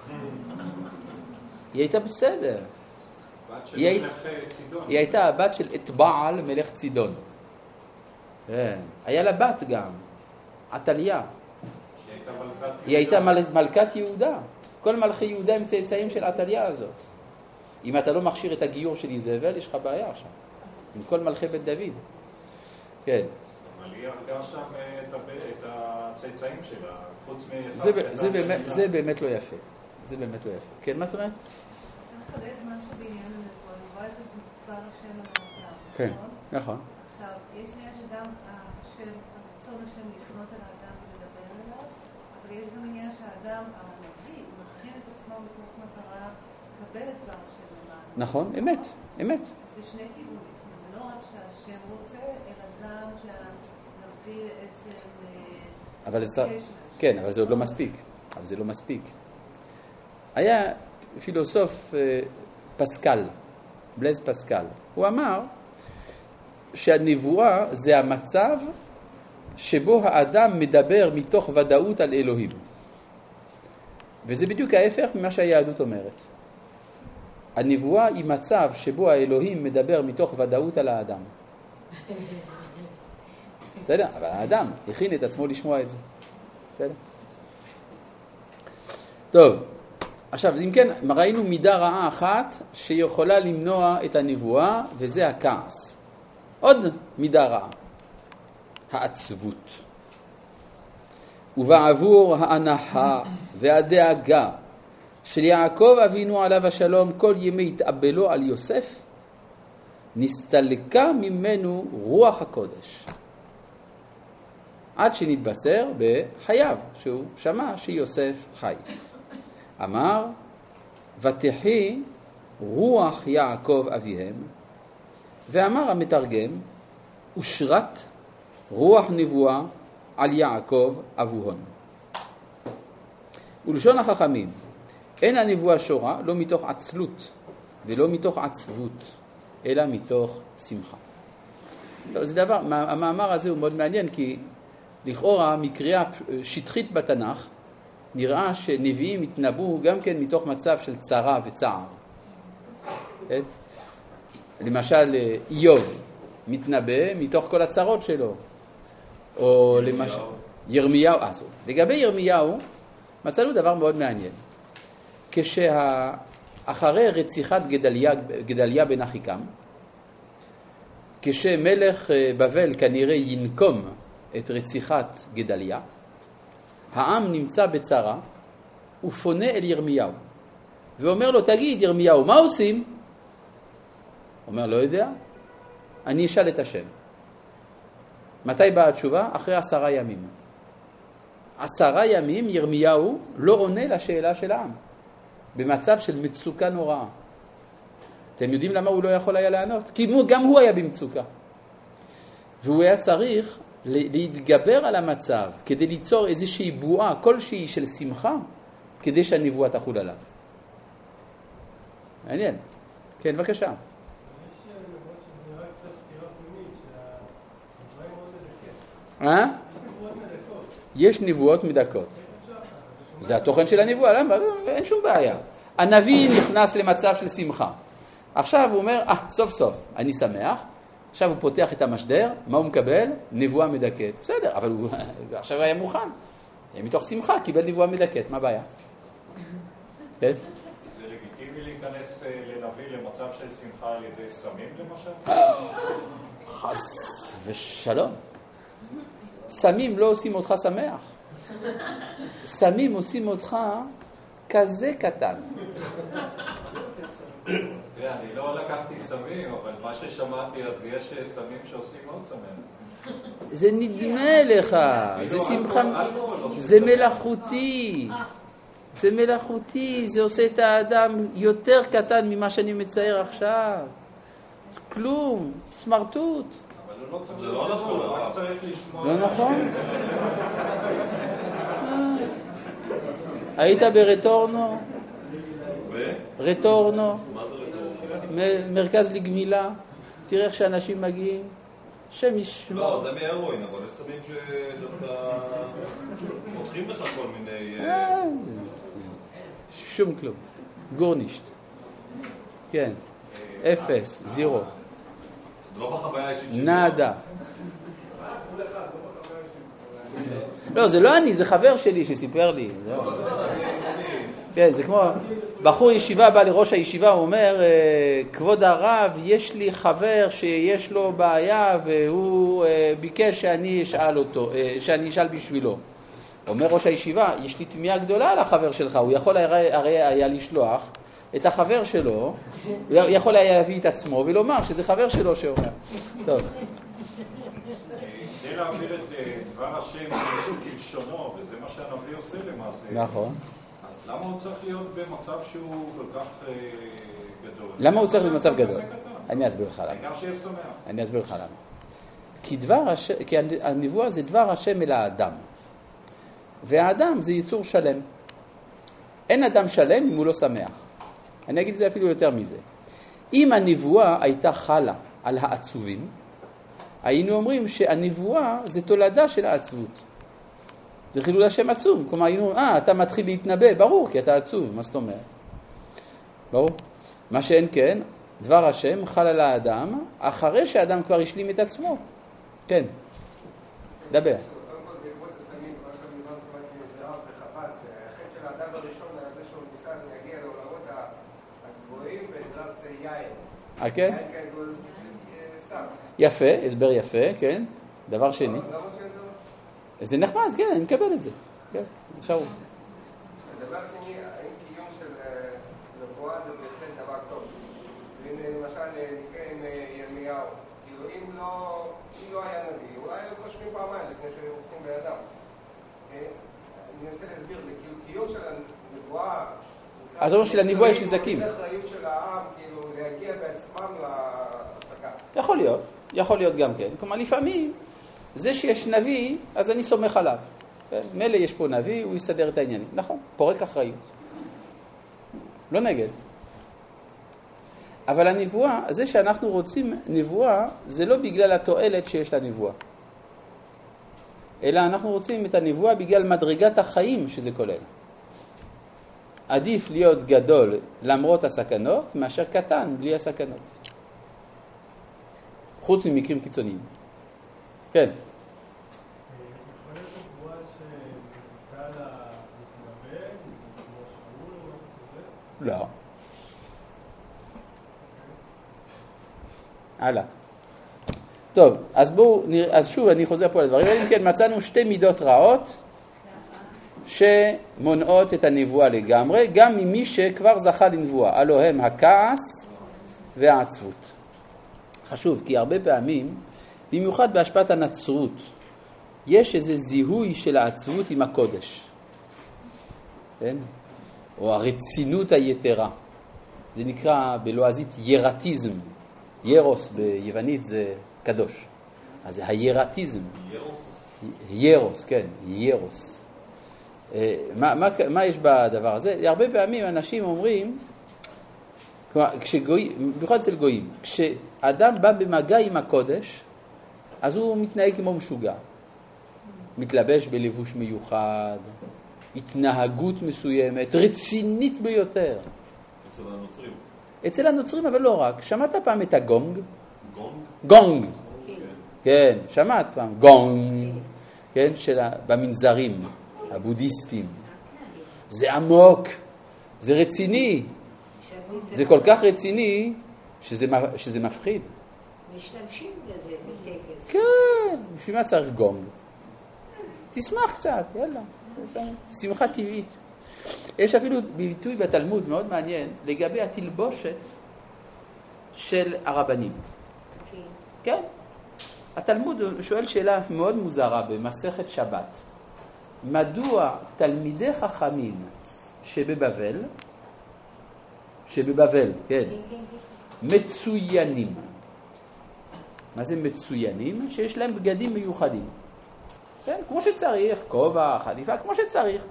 היא הייתה בסדר. היא הייתה הבת של אתבעל מלך צידון. היה לה בת גם, עתליה. היא הייתה מלכת יהודה. כל מלכי יהודה הם צאצאים של עתליה הזאת. אם אתה לא מכשיר את הגיור של איזבל, יש לך בעיה עכשיו. עם כל מלכי בית דוד. כן. אבל היא הרגה שם את הצאצאים שלה, חוץ מ... זה באמת לא יפה. זה באמת לא יפה. כן, מה את אומרת? צריך לחדד משהו בעניין הנבואה. נבואה זה דבר השם על האדם. כן, נכון. עכשיו, יש עניין שגם השם, הרצון השם לפנות אל האדם ולדבר אליו, אבל יש גם עניין שהאדם, הנביא, מכין את עצמו בתוך מטרה לקבל את דבר השם למעלה. נכון, אמת, אמת. זה שני כיוונים. זאת אומרת, זה לא רק שהשם רוצה, אלא גם שהנביא בעצם... אבל זה... כן, אבל זה עוד לא מספיק. אבל זה לא מספיק. היה פילוסוף פסקל, בלז פסקל. הוא אמר שהנבואה זה המצב שבו האדם מדבר מתוך ודאות על אלוהים. וזה בדיוק ההפך ממה שהיהדות אומרת. הנבואה היא מצב שבו האלוהים מדבר מתוך ודאות על האדם. בסדר? אבל האדם הכין את עצמו לשמוע את זה. בסדר? טוב, עכשיו, אם כן, ראינו מידה רעה אחת שיכולה למנוע את הנבואה, וזה הכעס. עוד מידה רעה, העצבות. ובעבור האנחה והדאגה של יעקב אבינו עליו השלום כל ימי התאבלו על יוסף, נסתלקה ממנו רוח הקודש. עד שנתבשר בחייו, שהוא שמע שיוסף חי. אמר, ותחי רוח יעקב אביהם, ואמר המתרגם, ושרת רוח נבואה על יעקב אבוהון. ולשון החכמים, אין הנבואה שורה לא מתוך עצלות ולא מתוך עצבות, אלא מתוך שמחה. טוב, זה דבר, המאמר הזה הוא מאוד מעניין, כי לכאורה מקריאה שטחית בתנ"ך, נראה שנביאים התנבאו גם כן מתוך מצב של צרה וצער. כן? למשל, איוב מתנבא מתוך כל הצרות שלו. או למשל, ירמיהו, אז לגבי ירמיהו, מצאנו דבר מאוד מעניין. כשאחרי רציחת גדליה, גדליה בן אחיקם, כשמלך בבל כנראה ינקום את רציחת גדליה, העם נמצא בצרה, הוא פונה אל ירמיהו, ואומר לו, תגיד ירמיהו, מה עושים? אומר, לא יודע, אני אשאל את השם. מתי באה התשובה? אחרי עשרה ימים. עשרה ימים ירמיהו לא עונה לשאלה של העם, במצב של מצוקה נוראה. אתם יודעים למה הוא לא יכול היה לענות? כי גם הוא היה במצוקה. והוא היה צריך להתגבר על המצב, כדי ליצור איזושהי בועה כלשהי של שמחה, כדי שהנבואה תחול עליו. מעניין. כן, בבקשה. אה? יש נבואות מדכאות. זה התוכן של הנבואה, למה? אין שום בעיה. הנביא נכנס למצב של שמחה. עכשיו הוא אומר, אה, סוף סוף, אני שמח. עכשיו הוא פותח את המשדר, מה הוא מקבל? נבואה מדכאת. בסדר, אבל הוא עכשיו היה מוכן. מתוך שמחה קיבל נבואה מדכאת, מה הבעיה? כן? זה לגיטימי להיכנס לנביא למצב של שמחה על ידי סמים למשל? חס ושלום. סמים לא עושים אותך שמח. סמים עושים אותך כזה קטן. תראה, אני לא לקחתי סמים, אבל מה ששמעתי, אז יש סמים שעושים מאוד סמים. זה נדמה לך, זה שמחה, זה מלאכותי. זה מלאכותי, זה עושה את האדם יותר קטן ממה שאני מצייר עכשיו. כלום, סמרטוט. אבל הוא לא צריך, זה לא נכון, הוא רק צריך לשמוע. לא נכון? היית ברטורנו? רטורנו? מרכז לגמילה? תראה איך שאנשים מגיעים. שם ישמע. לא, זה מהרואין, אבל יש סמים שדווקא מותחים לך כל מיני... שום כלום. גורנישט. כן. אפס, זירו. זה לא בחוויה האישית שלי. נאדה. לא, זה לא אני, זה חבר שלי שסיפר לי. כן, זה כמו... בחור ישיבה בא לראש הישיבה, הוא אומר, כבוד הרב, יש לי חבר שיש לו בעיה, והוא ביקש שאני אשאל אותו, שאני אשאל בשבילו. אומר ראש הישיבה, יש לי תמיהה גדולה על החבר שלך, הוא יכול הרי היה לשלוח את החבר שלו, הוא יכול היה להביא את עצמו ולומר שזה חבר שלו שאומר. טוב. כדי להעביר את דבר השם כלשונו, וזה מה שהנביא עושה למעשה. נכון. אז למה הוא צריך להיות במצב שהוא כל כך גדול? למה הוא צריך במצב גדול? אני אסביר לך למה. העיקר שיהיה שמח. אני אסביר לך למה. כי דבר השם, כי הנבואה זה דבר השם אל האדם. והאדם זה יצור שלם. אין אדם שלם אם הוא לא שמח. אני אגיד את זה אפילו יותר מזה. אם הנבואה הייתה חלה על העצובים, היינו אומרים שהנבואה זה תולדה של העצבות. זה חילול השם עצום. כלומר, היינו, אה, אתה מתחיל להתנבא, ברור, כי אתה עצוב. מה זאת אומרת? ברור. מה שאין כן, דבר השם חל על האדם, אחרי שהאדם כבר השלים את עצמו. כן. דבר. כן? יפה, הסבר יפה, כן. דבר שני. זה נחמד, כן, אני מקבל את זה. כן, עכשיו הוא. הדבר שני, האם קיום של נבואה זה בהחלט דבר טוב. והנה למשל נקרא עם ירמיהו. כאילו אם לא היה נביא, אולי היו חושבים פעמיים לפני שהיו רוצים באדם. אני מנסה להסביר, זה כאילו קיום של הנבואה. אז אומר שלנבואה יש נזקים. זה אחריות של העם, כאילו להגיע בעצמם להשגה. יכול להיות, יכול להיות גם כן. כלומר, לפעמים זה שיש נביא, אז אני סומך עליו. מלא יש פה נביא, הוא יסדר את העניינים. נכון, פורק אחריות. לא נגד. אבל הנבואה, זה שאנחנו רוצים נבואה, זה לא בגלל התועלת שיש לנבואה. אלא אנחנו רוצים את הנבואה בגלל מדרגת החיים שזה כולל. עדיף להיות גדול למרות הסכנות, מאשר קטן בלי הסכנות. חוץ ממקרים קיצוניים. כן. לא. הלאה. טוב, אז בואו, אז שוב אני חוזר פה לדברים. אם כן, מצאנו שתי מידות רעות שמונעות את הנבואה לגמרי, גם ממי שכבר זכה לנבואה. הלוא הם הכעס והעצבות. חשוב, כי הרבה פעמים, במיוחד בהשפעת הנצרות, יש איזה זיהוי של העצבות עם הקודש. כן? או הרצינות היתרה. זה נקרא בלועזית ירטיזם. ירוס ביוונית זה קדוש. אז זה הירטיזם. ירוס? ירוס, כן, ירוס. מה, מה, מה יש בדבר הזה? הרבה פעמים אנשים אומרים, כשגויים, במיוחד אצל גויים, כשאדם בא במגע עם הקודש, אז הוא מתנהג כמו משוגע. מתלבש בלבוש מיוחד, התנהגות מסוימת, רצינית ביותר. אצל הנוצרים. אצל הנוצרים, אבל לא רק. שמעת פעם את הגונג? גונג? גונג. כן, שמעת פעם. גונג. כן, של במנזרים, הבודהיסטים. זה עמוק, זה רציני. זה כל כך רציני שזה, שזה מפחיד. משתמשים בזה בטקס. כן, בשביל מה צריך גונג? תשמח קצת, יאללה. שמחה טבעית. יש אפילו ביטוי בתלמוד מאוד מעניין לגבי התלבושת של הרבנים. כן. התלמוד שואל שאלה מאוד מוזרה במסכת שבת. מדוע תלמידי חכמים שבבבל, שבבבל, כן, מצוינים. מה זה מצוינים? שיש להם בגדים מיוחדים. כן, כמו שצריך, כובע, חליפה, כמו שצריך.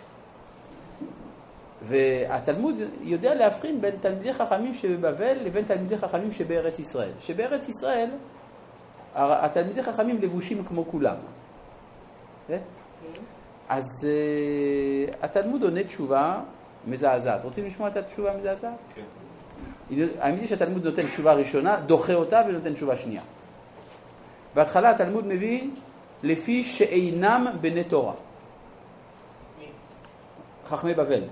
והתלמוד יודע להבחין בין תלמידי חכמים שבבבל לבין תלמידי חכמים שבארץ ישראל. שבארץ ישראל התלמידי חכמים לבושים כמו כולם. אז uh, התלמוד עונה תשובה מזעזעת. רוצים לשמוע את התשובה המזעזעת? כן. האמת היא שהתלמוד נותן תשובה ראשונה, דוחה אותה ונותן תשובה שנייה. בהתחלה התלמוד מביא לפי שאינם בני תורה. חכמי בבל.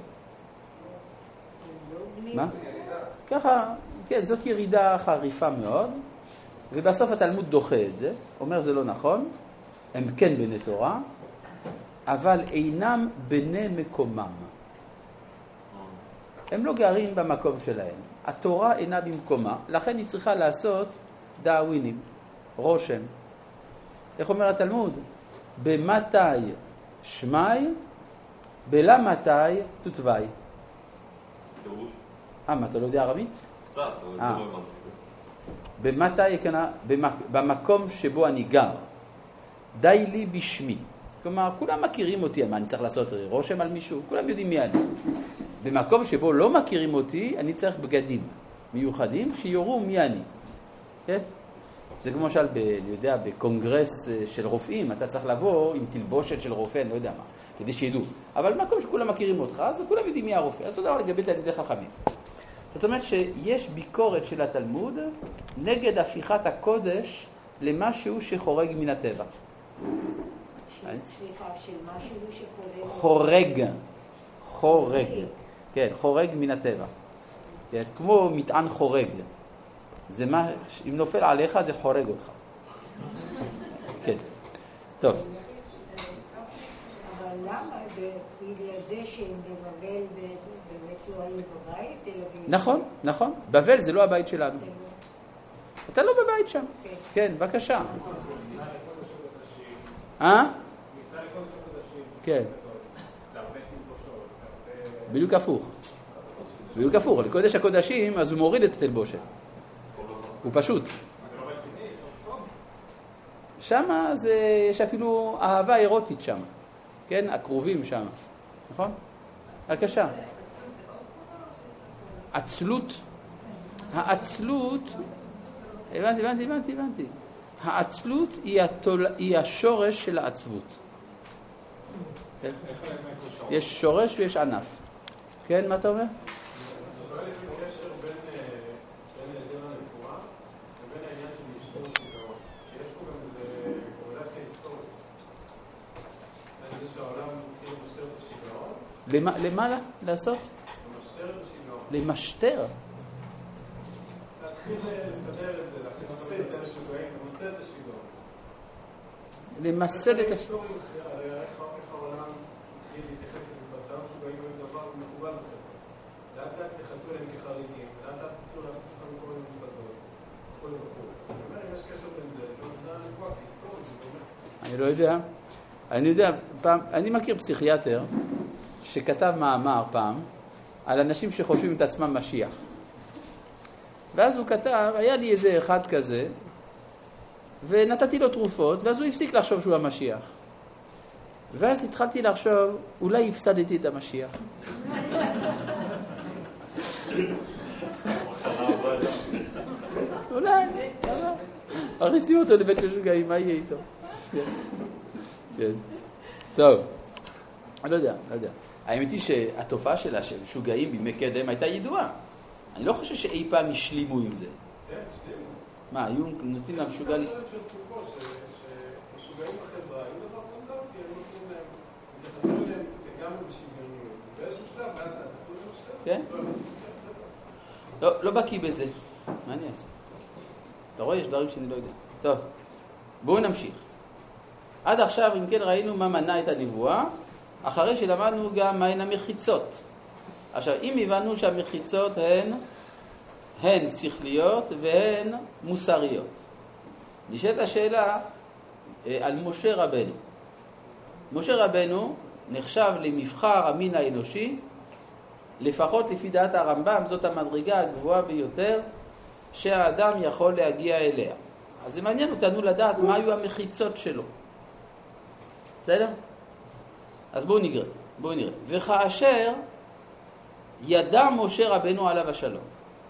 מה? ככה, כן, זאת ירידה חריפה מאוד, ובסוף התלמוד דוחה את זה, אומר זה לא נכון, הם כן בני תורה, אבל אינם בני מקומם. הם לא גרים במקום שלהם. התורה אינה במקומה, לכן היא צריכה לעשות דאווינים, רושם. איך אומר התלמוד? במתי שמי, בלמתי תותווי. פירוש? אה, מה, אתה לא יודע ערבית? קצת, אבל זה לא הבנתי. במתי, במקום שבו אני גר, די לי בשמי. כלומר, כולם מכירים אותי, מה, אני צריך לעשות רושם על מישהו? כולם יודעים מי אני. במקום שבו לא מכירים אותי, אני צריך בגדים מיוחדים שיורו מי אני. כן? זה כמו למשל, אני יודע, בקונגרס של רופאים, אתה צריך לבוא עם תלבושת של רופא, אני לא יודע מה, כדי שידעו. אבל במקום שכולם מכירים אותך, אז כולם יודעים מי הרופא. אז תודה לגבי תלמידי חכמים. זאת אומרת שיש ביקורת של התלמוד נגד הפיכת הקודש למשהו שחורג מן הטבע. סליחה, של משהו שחורג. חורג. חורג. כן, חורג מן הטבע. כן, כמו מטען חורג. זה מה, אם נופל עליך זה חורג אותך. כן. טוב. אבל למה? בגלל זה שהם בבבל באמת לא היו בבית, אלא בישראל? נכון, נכון. בבל זה לא הבית שלנו. אתה לא בבית שם. כן, בבקשה. אה? כן. בדיוק הפוך. בדיוק הפוך. לקודש הקודשים, אז הוא מוריד את התלבושת. הוא פשוט. שמה זה, יש אפילו אהבה אירוטית שם. כן? הקרובים שם. נכון? בבקשה. עצלות. העצלות, הבנתי, הבנתי, הבנתי, הבנתי. העצלות היא, התול... היא השורש של העצבות. כן? יש שורש ויש ענף. כן, מה אתה אומר? למה, למה לעשות? למשטר. להתחיל לסדר את זה, למסד את המשוגעים, למסד את השיגעון. למסד את השיגעון. הרי איך העולם התחיל להתייחס לבטם, משוגעים הם דבר מקובל בחברה. לאט לאט נכנסו אליהם כחריגים, לאט לאט התחילו להכניס אותם מכל מיני מוסדות, וכו' וכו'. אני אומר, אם יש קשר בין זה, לא יודע לקבוע כהיסטוריה, זה באמת. אני לא יודע. אני יודע, פעם, אני מכיר פסיכיאטר שכתב מאמר פעם על אנשים שחושבים את עצמם משיח. ואז הוא כתב, היה לי איזה אחד כזה, ונתתי לו תרופות, ואז הוא הפסיק לחשוב שהוא המשיח. ואז התחלתי לחשוב, אולי הפסדתי את המשיח. אולי, הכניסים אותו לבית משוגעים, מה יהיה איתו? כן. טוב. אני לא יודע, לא יודע. האמת היא שהתופעה שלה של משוגעים בימי קדם הייתה ידועה. אני לא חושב שאי פעם השלימו עם זה. כן, השלימו. מה, היו נותנים להם משוגע לי? אני חושב של פוקו, שמשוגעים בחברה, היו דבר סטנדרטי, הם נותנים להם, מתייחסים אליהם לגמרי בשוויוניות. באיזשהו שלב, מה אתה? כן? לא, לא בקיא בזה. מה אני אעשה? אתה רואה, יש דברים שאני לא יודע. טוב, בואו נמשיך. עד עכשיו, אם כן, ראינו מה מנע את הנבואה, אחרי שלמדנו גם מהן המחיצות. עכשיו, אם הבנו שהמחיצות הן, הן שכליות והן מוסריות, נשאלת השאלה על משה רבנו. משה רבנו נחשב למבחר המין האנושי, לפחות לפי דעת הרמב"ם, זאת המדרגה הגבוהה ביותר שהאדם יכול להגיע אליה. אז זה מעניין אותנו לדעת מה היו המחיצות שלו. בסדר? אז בואו נראה, בואו נראה. וכאשר ידע משה רבנו עליו השלום,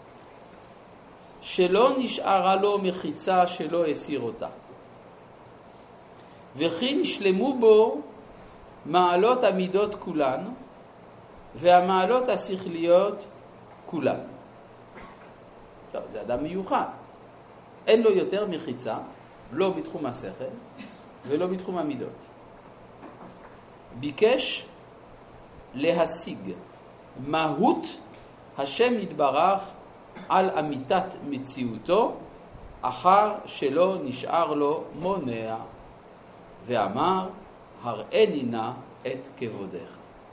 שלא נשארה לו מחיצה שלא הסיר אותה, וכי נשלמו בו מעלות המידות כולן, והמעלות השכליות כולן. טוב, זה אדם מיוחד. אין לו יותר מחיצה, לא בתחום השכל ולא בתחום המידות. ביקש להשיג מהות השם יתברך על אמיתת מציאותו, אחר שלא נשאר לו מונע, ואמר, הראני נא את כבודך.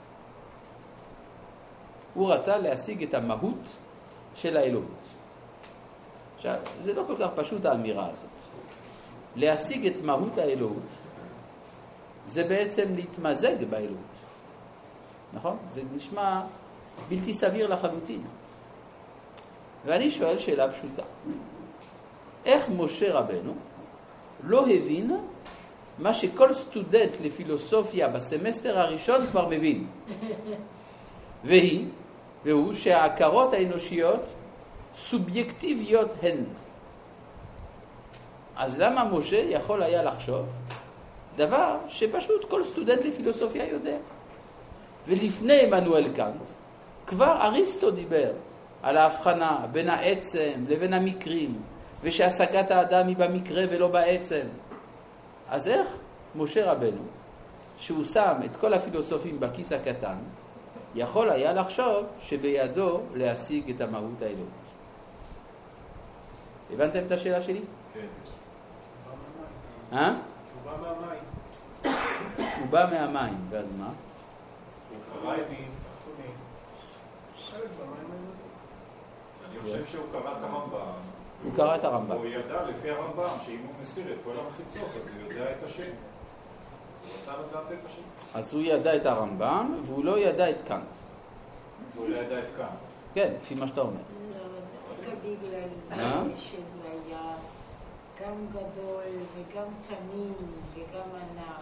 הוא רצה להשיג את המהות של האלוהות. עכשיו, זה לא כל כך פשוט האמירה הזאת. להשיג את מהות האלוהות, זה בעצם להתמזג באלוהות. נכון? זה נשמע בלתי סביר לחלוטין. ואני שואל שאלה פשוטה. איך משה רבנו לא הבין מה שכל סטודנט לפילוסופיה בסמסטר הראשון כבר מבין? והיא, והוא שההכרות האנושיות סובייקטיביות הן. אז למה משה יכול היה לחשוב דבר שפשוט כל סטודנט לפילוסופיה יודע? ולפני עמנואל קאנט כבר אריסטו דיבר על ההבחנה בין העצם לבין המקרים, ושהשגת האדם היא במקרה ולא בעצם. אז איך משה רבנו, שהוא שם את כל הפילוסופים בכיס הקטן, יכול היה לחשוב שבידו להשיג את המהות האלוהית? הבנתם את השאלה שלי? כן. אה? הוא בא מהמים. הוא בא מהמים, ואז מה? הוא קרא את דין, אני חושב שהוא קרא את הרמב"ם. הוא קרא את הרמב"ם. הוא ידע לפי הרמב"ם שאם הוא מסיר את כל המחיצות, אז הוא יודע את השם. הוא רצה לדעת את השם. אז הוא ידע את הרמב"ם, והוא לא ידע את קאנט. הוא לא ידע את קאנט. כן, לפי מה שאתה אומר. לא, דווקא בגלל זה שהוא היה גם גדול וגם תמים וגם ענק.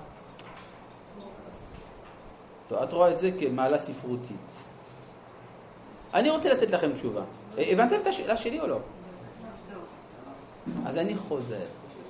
טוב, את רואה את זה כמעלה ספרותית. אני רוצה לתת לכם תשובה. הבנתם את השאלה שלי או לא? אז אני חוזר.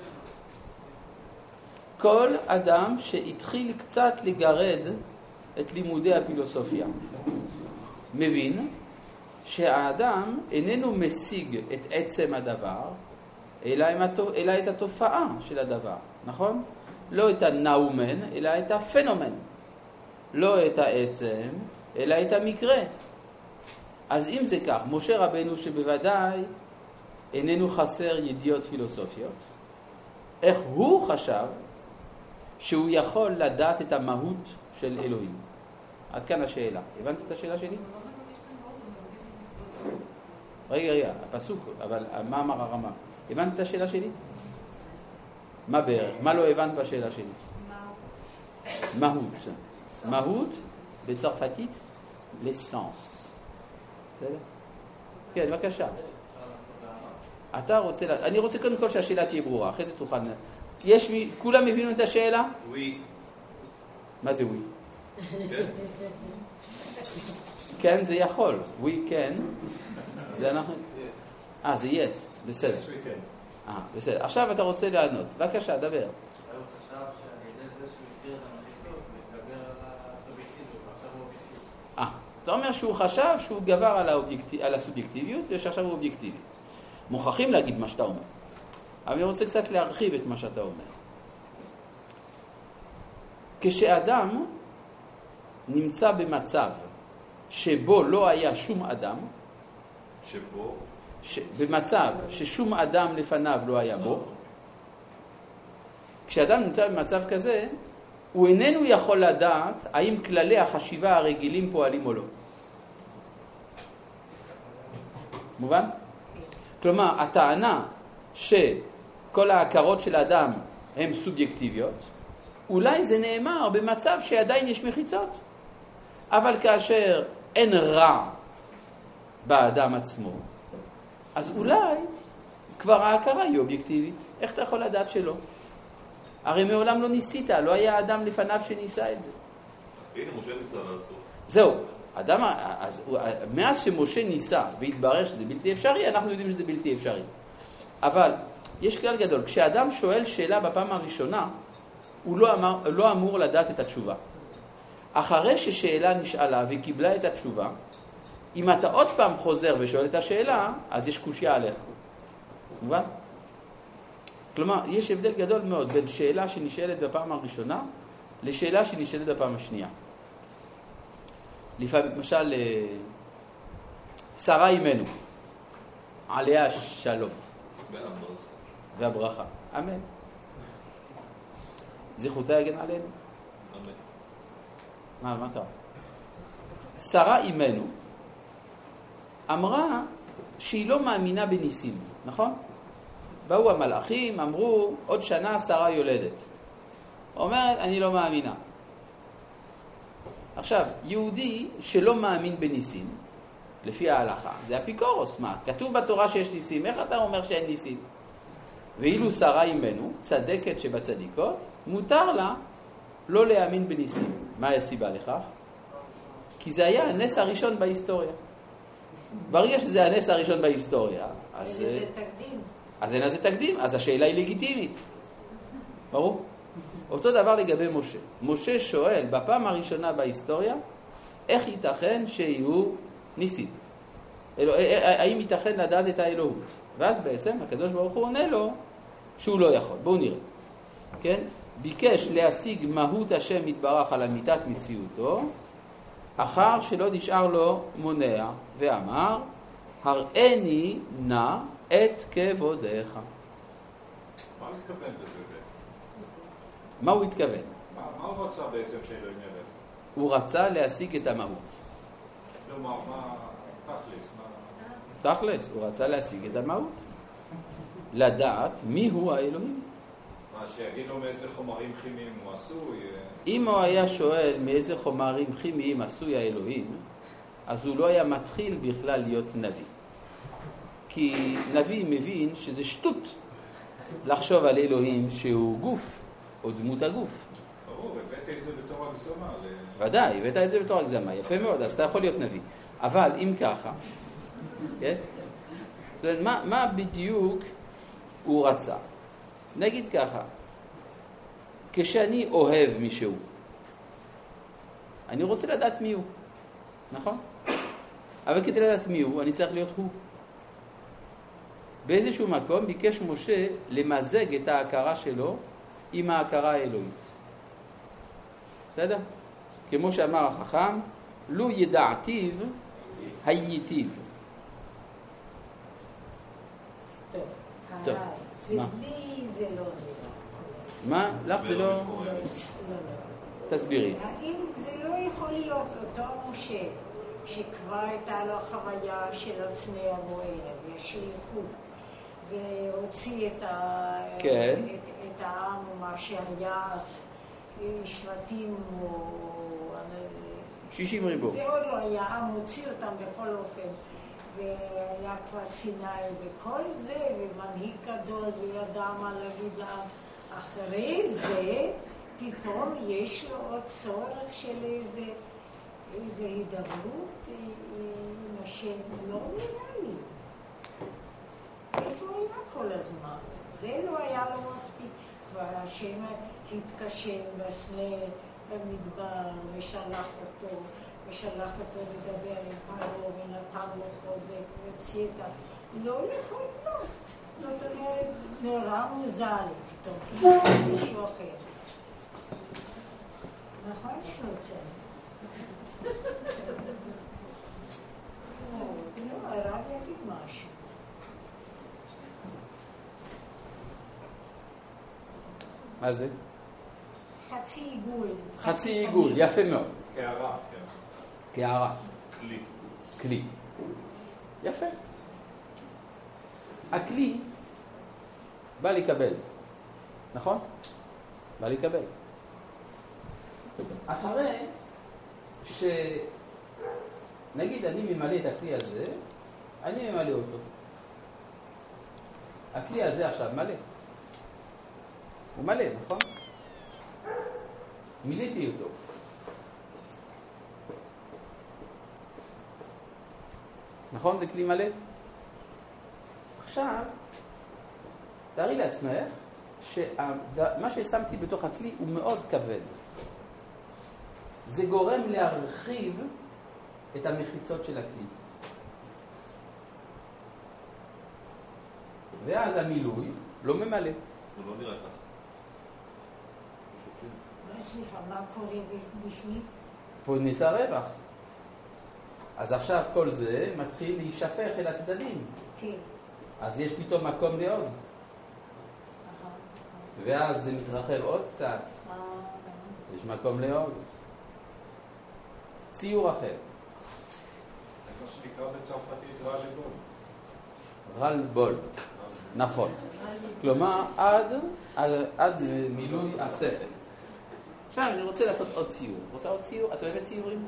כל אדם שהתחיל קצת לגרד את לימודי הפילוסופיה מבין שהאדם איננו משיג את עצם הדבר, אלא, אלא את התופעה של הדבר, נכון? לא את הנאומן, אלא את הפנומן. לא את העצם, אלא את המקרה. אז אם זה כך, משה רבנו שבוודאי איננו חסר ידיעות פילוסופיות, איך הוא חשב שהוא יכול לדעת את המהות של אלוהים? עד כאן השאלה. הבנת את השאלה שלי? רגע, רגע, הפסוק, אבל מה אמר הרמ"א? הבנת את השאלה שלי? מה בערך? מה לא הבנת בשאלה שלי? מהות. מהות בצרפתית לסנס. בסדר? כן, בבקשה. אתה רוצה, אני רוצה קודם כל שהשאלה תהיה ברורה, אחרי זה תוכל... יש מי, כולם הבינו את השאלה? ווי. מה זה ווי? כן. כן, זה יכול. ווי כן. זה אנחנו... אה, זה yes. בסדר. אה, בסדר. עכשיו אתה רוצה לענות. בבקשה, דבר. הוא חשב שעל ידי זה שהוא הסיר את המחיצות, להתגבר על הסובייקטיביות, ועכשיו הוא אובייקטיבי. אה, אתה אומר שהוא חשב שהוא גבר על, האובייקטיב... על הסובייקטיביות, ושעכשיו הוא אובייקטיבי. מוכרחים להגיד מה שאתה אומר. אבל אני רוצה קצת להרחיב את מה שאתה אומר. כשאדם נמצא במצב שבו לא היה שום אדם, שבו? ש... במצב ששום אדם לפניו לא היה בו, כשאדם נמצא במצב כזה, הוא איננו יכול לדעת האם כללי החשיבה הרגילים פועלים או לא. מובן? כלומר, הטענה שכל ההכרות של האדם הן סובייקטיביות, אולי זה נאמר במצב שעדיין יש מחיצות. אבל כאשר אין רע באדם עצמו, אז אולי כבר ההכרה היא אובייקטיבית. איך אתה יכול לדעת שלא? הרי מעולם לא ניסית, לא היה אדם לפניו שניסה את זה. הנה, משה ניסה לעשות. זהו, אדם, אז, מאז שמשה ניסה והתברר שזה בלתי אפשרי, אנחנו יודעים שזה בלתי אפשרי. אבל יש כלל גדול, כשאדם שואל שאלה בפעם הראשונה, הוא לא, אמר, לא אמור לדעת את התשובה. אחרי ששאלה נשאלה וקיבלה את התשובה, אם אתה עוד פעם חוזר ושואל את השאלה, אז יש קושיה עליך. מובן? כלומר, יש הבדל גדול מאוד בין שאלה שנשאלת בפעם הראשונה לשאלה שנשאלת בפעם השנייה. לפעמים, למשל, שרה אימנו, עליה שלום. והברכה. והברכה. אמן. זכותה יגן עלינו. אמן. מה, מה קרה? שרה אימנו אמרה שהיא לא מאמינה בניסים, נכון? באו המלאכים, אמרו, עוד שנה שרה יולדת. אומרת, אני לא מאמינה. עכשיו, יהודי שלא מאמין בניסים, לפי ההלכה, זה אפיקורוס. מה? כתוב בתורה שיש ניסים, איך אתה אומר שאין ניסים? ואילו שרה אימנו, צדקת שבצדיקות, מותר לה לא להאמין בניסים. מה הסיבה לכך? כי זה היה הנס הראשון בהיסטוריה. ברגע שזה הנס הראשון בהיסטוריה, אז... זה תקדים. אז אין לזה תקדים, אז השאלה היא לגיטימית. ברור? אותו דבר לגבי משה. משה שואל בפעם הראשונה בהיסטוריה, איך ייתכן שיהיו ניסים? אלו, האם ייתכן לדעת את האלוהות? ואז בעצם הקדוש ברוך הוא עונה לו שהוא לא יכול. בואו נראה. כן? ביקש להשיג מהות השם יתברך על אמיתת מציאותו, אחר שלא נשאר לו מונע, ואמר, הראני נא את כבודך. מה הוא התכוון בזה בעצם? מה הוא התכוון? מה, מה הוא רצה בעצם שאלוהים יראה? הוא רצה להשיג את המהות. כלומר, מה... תכלס, מה... תכלס, הוא רצה להשיג את המהות. לדעת מי הוא האלוהים. מה, שיגיד לו מאיזה חומרים כימיים הוא עשוי? אם הוא היה שואל מאיזה חומרים כימיים עשוי האלוהים, אז הוא לא היה מתחיל בכלל להיות נביא. כי נביא מבין שזה שטות לחשוב על אלוהים שהוא גוף, או דמות הגוף. ברור, הבאת את זה בתור הגזמה. ודאי, הבאת את זה בתור הגזמה, יפה מאוד, אז אתה יכול להיות נביא. אבל אם ככה, כן? זאת אומרת, מה, מה בדיוק הוא רצה? נגיד ככה, כשאני אוהב מישהו, אני רוצה לדעת מי הוא, נכון? אבל כדי לדעת מי הוא, אני צריך להיות הוא. באיזשהו מקום ביקש משה למזג את ההכרה שלו עם ההכרה האלוהית. בסדר? כמו שאמר החכם, לו ידעתיו הייתיו. טוב, טוב, זה מה? לי זה לא נראה. מה? לך זה לא... לא, לא. תסבירי. האם זה לא יכול להיות אותו משה שכבר הייתה לו חוויה של הסנה המואר והשליחות והוציא את, ה... כן. את, את העם ומה שהיה שבטים או... שישים ריבו. זה עוד לא היה, העם הוציא אותם בכל אופן והיה כבר סיני וכל זה ומנהיג גדול וידע מה להגיד לעם. אחרי זה פתאום יש לו עוד צורך של איזה, איזה הידברות עם השם, לא נראה לי. איפה היה כל הזמן? זה לא היה לו מספיק. כבר השם התקשן בסנה במדבר ושלח אותו, ושלח אותו לדבר עם פרעה ונתן לו חוזק והוציא את ה... לא יכול להיות. זאת אומרת, נורא מוזר לי פתאום, כי זה מישהו אחר. נכון שנוצר. לא, הרב יגיד משהו. מה זה? חצי עיגול. חצי עיגול, יפה מאוד. כערה, כן. כערה. כלי. כלי. יפה. הכלי בא לקבל, נכון? בא לקבל. אחרי ש... נגיד אני ממלא את הכלי הזה, אני ממלא אותו. הכלי הזה עכשיו מלא. הוא מלא, נכון? מילאתי אותו. נכון? זה כלי מלא? עכשיו, תארי לעצמך שמה ששמתי בתוך הכלי הוא מאוד כבד. זה גורם להרחיב את המחיצות של הכלי. ואז המילוי לא ממלא. הוא לא נראה כך. סליחה, מה קורה בפנים? פה נעשה רווח. אז עכשיו כל זה מתחיל להישפך אל הצדדים. כן. אז יש פתאום מקום לעוד. ואז זה מתרחב עוד קצת. יש מקום לעוד. ציור אחר. זה מה שנקרא בצרפתית רל-בול. רל-בול. נכון. כלומר, עד, עד מילוי הספר. עכשיו אני רוצה לעשות עוד ציור. רוצה עוד ציור? את אוהבת ציורים?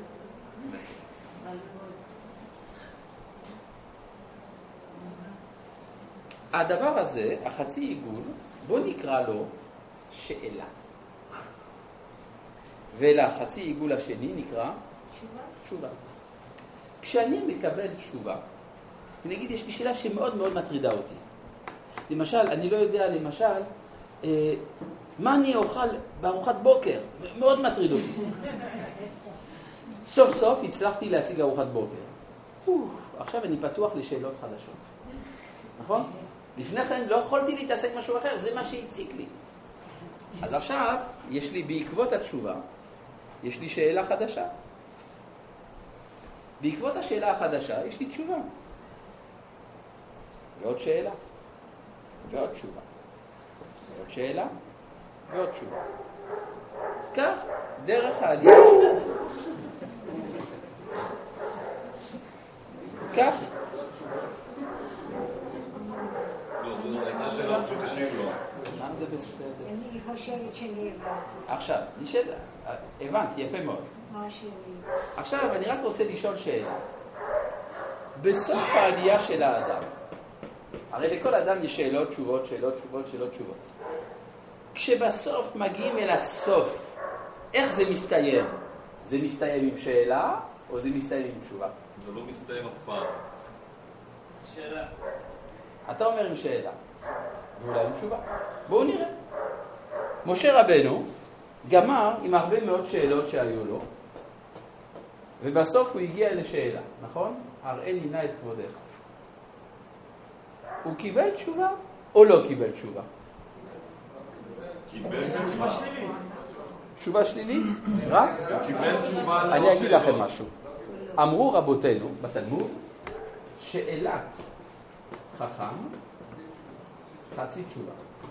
הדבר הזה, החצי עיגול, בוא נקרא לו שאלה. ולחצי עיגול השני נקרא תשובה. תשובה. כשאני מקבל תשובה, נגיד יש לי שאלה שמאוד מאוד מטרידה אותי. למשל, אני לא יודע, למשל, אה, מה אני אוכל בארוחת בוקר? מאוד מטריד אותי. סוף סוף הצלחתי להשיג ארוחת בוקר. אוף, עכשיו אני פתוח לשאלות חדשות. נכון? לפני כן לא יכולתי להתעסק משהו אחר, זה מה שהציק לי. אז עכשיו, יש לי בעקבות התשובה, יש לי שאלה חדשה. בעקבות השאלה החדשה, יש לי תשובה. ועוד שאלה. ועוד תשובה. ועוד שאלה. ועוד תשובה. כך, דרך העלייה שלנו. כך. הייתה שאלה פשוט קשים לו. מה זה בסדר? אני חושבת שאני הבנתי. עכשיו, נשאל, הבנתי, יפה מאוד. מה שלי. עכשיו, אני רק רוצה לשאול שאלה. בסוף העלייה של האדם, הרי לכל אדם יש שאלות, תשובות, שאלות, תשובות, שאלות, תשובות. כשבסוף מגיעים אל הסוף, איך זה מסתיים? זה מסתיים עם שאלה, או זה מסתיים עם תשובה? זה לא מסתיים אף פעם. שאלה. אתה אומר עם שאלה, ואולי עם תשובה. בואו נראה. משה רבנו גמר עם הרבה מאוד שאלות שהיו לו, ובסוף הוא הגיע לשאלה, נכון? הראה לי נא את כבודך. הוא קיבל תשובה או לא קיבל תשובה? קיבל תשובה. תשובה שלילית? רק? קיבל תשובה. אני אגיד לכם משהו. אמרו רבותינו בתלמוד, שאלת חכם, חצי תשובה.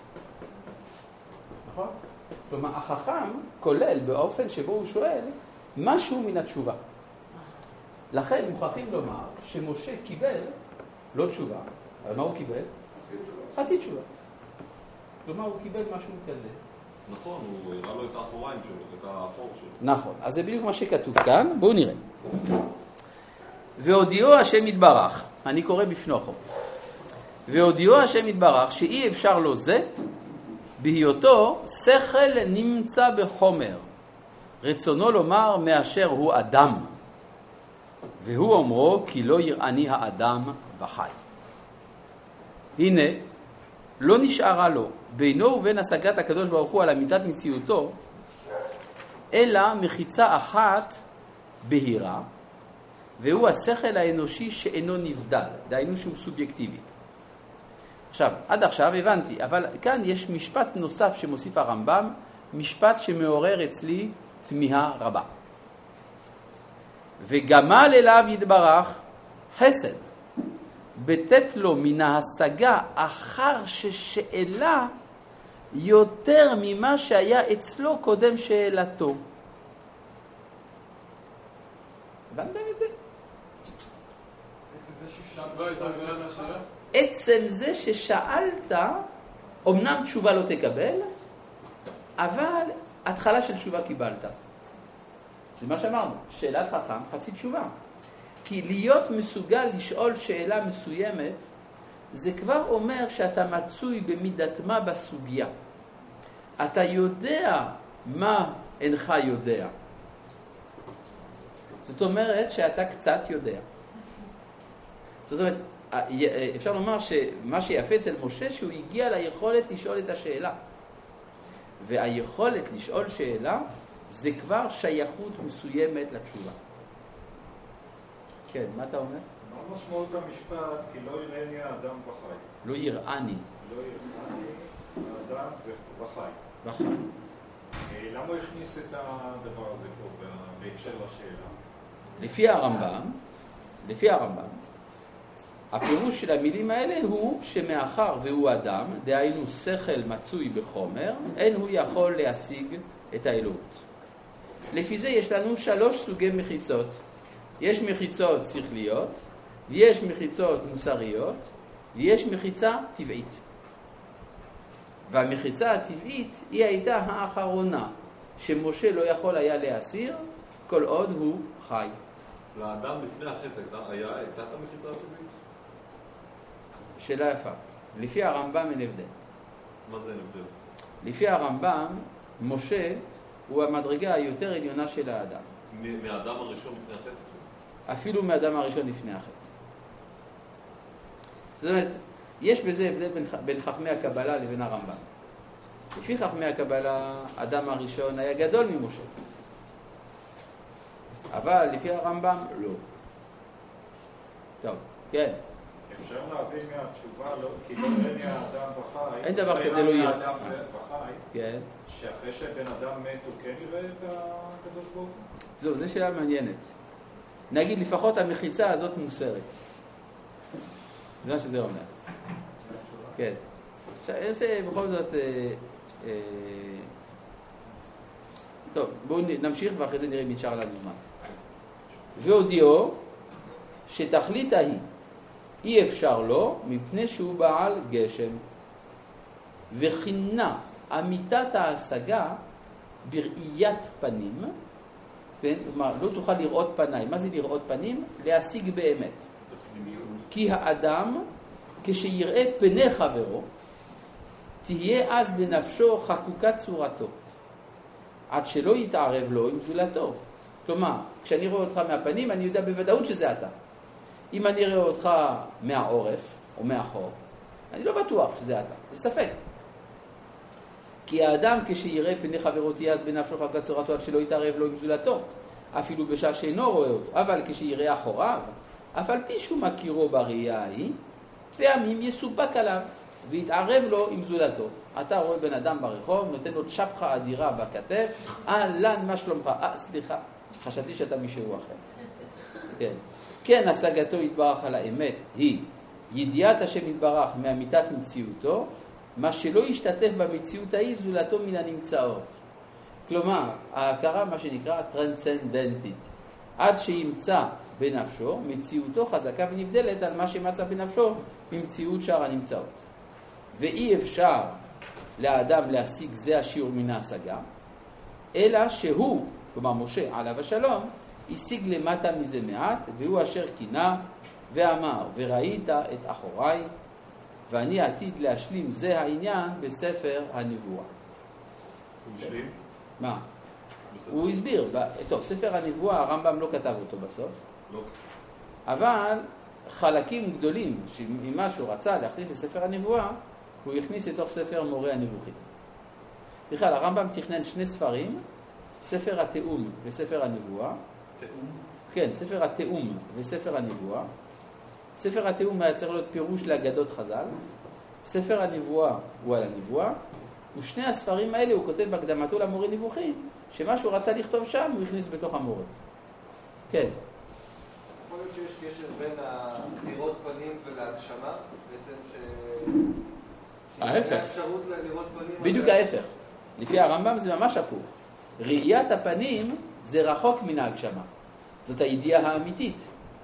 נכון? כלומר, החכם כולל באופן שבו הוא שואל משהו מן התשובה. לכן מוכרחים לומר שמשה קיבל לא תשובה, אבל מה הוא קיבל? חצי תשובה. כלומר, הוא קיבל משהו כזה. נכון, הוא הראה לו את האחוריים שלו, את האחור שלו. נכון, אז זה בדיוק מה שכתוב כאן. בואו נראה. והודיעו השם יתברך, אני קורא בפנוכו, והודיעו השם יתברך שאי אפשר לו זה, בהיותו שכל נמצא בחומר, רצונו לומר מאשר הוא אדם, והוא אומרו כי לא יראני האדם וחי. הנה, לא נשארה לו בינו ובין השגת הקדוש ברוך הוא על אמיתת מציאותו, אלא מחיצה אחת בהירה, והוא השכל האנושי שאינו נבדל, דהיינו שהוא סובייקטיבי. עכשיו, עד עכשיו הבנתי, אבל כאן יש משפט נוסף שמוסיף הרמב"ם, משפט שמעורר אצלי תמיהה רבה. וגמל אליו יתברך חסד, בתת לו מן ההשגה אחר ששאלה יותר ממה שהיה אצלו קודם שאלתו. הבנתם את זה? עצם זה ששאלת, אמנם תשובה לא תקבל, אבל התחלה של תשובה קיבלת. זה מה שאמרנו, שאלת חכם, חצי תשובה. כי להיות מסוגל לשאול שאלה מסוימת, זה כבר אומר שאתה מצוי במידת מה בסוגיה. אתה יודע מה אינך יודע. זאת אומרת שאתה קצת יודע. זאת אומרת, אפשר לומר שמה שיפה אצל משה שהוא הגיע ליכולת לשאול את השאלה. והיכולת לשאול שאלה זה כבר שייכות מסוימת לתשובה. כן, מה אתה אומר? מה משמעות המשפט? כי לא יראני האדם וחי. לא יראני. לא יראני האדם וחי. וחי. למה הוא הכניס את הדבר הזה פה בהקשר לשאלה? לפי הרמב"ם, לפי הרמב"ם, הפירוש של המילים האלה הוא שמאחר והוא אדם, דהיינו שכל מצוי בחומר, אין הוא יכול להשיג את האלוהות. לפי זה יש לנו שלוש סוגי מחיצות. יש מחיצות שכליות, ויש מחיצות מוסריות, ויש מחיצה טבעית. והמחיצה הטבעית היא הייתה האחרונה, שמשה לא יכול היה להסיר כל עוד הוא חי. לאדם לפני החטא הייתה, היה, הייתה את המחיצה הטבעית? שאלה יפה. לפי הרמב"ם אין הבדל. מה זה אין הבדל? לפי הרמב"ם, משה הוא המדרגה היותר עליונה של האדם. מהאדם הראשון לפני החטא? אפילו מהאדם הראשון לפני החטא. זאת אומרת, יש בזה הבדל בין, בין חכמי הקבלה לבין הרמב"ם. לפי חכמי הקבלה, האדם הראשון היה גדול ממשה. אבל לפי הרמב"ם, לא. טוב, כן. אפשר להבין מהתשובה, לא, כי לא יראני האדם וחי. אין דבר כזה לא יראה. האדם וחי, כן. שאחרי שבן אדם מת הוא כן יראה את הקדוש ברוך הוא? זו, זו שאלה מעניינת. נגיד, לפחות המחיצה הזאת מוסרת. זה מה שזה אומר. כן. עכשיו, איזה בכל זאת... אה, אה, טוב, בואו נמשיך ואחרי זה נראה אם נשאר לנו זמן. והודיעו שתכלית ההיא אי אפשר לו מפני שהוא בעל גשם. וכינה אמיתת ההשגה בראיית פנים, כן? כלומר, לא תוכל לראות פניים. מה זה לראות פנים? להשיג באמת. כי האדם, כשיראה פני חברו, תהיה אז בנפשו חקוקת צורתו, עד שלא יתערב לו עם זולתו. כלומר, כשאני רואה אותך מהפנים, אני יודע בוודאות שזה אתה. אם אני רואה אותך מהעורף או מאחור, אני לא בטוח שזה אתה, יש ספק. כי האדם כשיראה פני חברו תהיה אז בנפשו חקוקת צורתו, עד שלא יתערב לו עם זולתו, אפילו בשעה שאינו רואה אותו. אבל כשיראה אחוריו, אף על פי שהוא מכירו בראייה ההיא, פעמים יסופק עליו ויתערב לו עם זולתו. אתה רואה בן אדם ברחוב, נותן לו צ'פחה אדירה בכתף, אהלן, מה שלומך? אה, סליחה, חשבתי שאתה מישהו אחר. כן. כן, השגתו יתברך על האמת היא ידיעת השם יתברך מאמיתת מציאותו, מה שלא ישתתף במציאות ההיא זולתו מן הנמצאות. כלומר, ההכרה מה שנקרא טרנסצנדנטית. עד שימצא בנפשו, מציאותו חזקה ונבדלת על מה שמצא בנפשו במציאות שאר הנמצאות. ואי אפשר לאדם להשיג זה השיעור מן ההשגה, אלא שהוא, כלומר משה עליו השלום, השיג למטה מזה מעט, והוא אשר קינה ואמר, וראית את אחוריי, ואני עתיד להשלים זה העניין בספר הנבואה. הוא השלים? מה? הוא הסביר, טוב, ספר הנבואה הרמב"ם לא כתב אותו בסוף, לא. אבל חלקים גדולים ממה שהוא רצה להכניס לספר הנבואה, הוא הכניס לתוך ספר מורה הנבוכים. בכלל, הרמב"ם תכנן שני ספרים, ספר התאום וספר הנבואה. תאום? כן, ספר התאום וספר הנבואה. ספר התאום היה צריך להיות פירוש לאגדות חז"ל. ספר הנבואה הוא על הנבואה. ושני הספרים האלה הוא כותב בהקדמתו למורה נבוכים, שמה שהוא רצה לכתוב שם הוא הכניס בתוך המורה. כן. יכול להיות שיש קשר בין הדירות פנים ולהגשמה, בעצם ש... ההפך. בדיוק ההפך. לפי הרמב"ם זה ממש הפוך. ראיית הפנים זה רחוק מן ההגשמה. זאת הידיעה האמיתית.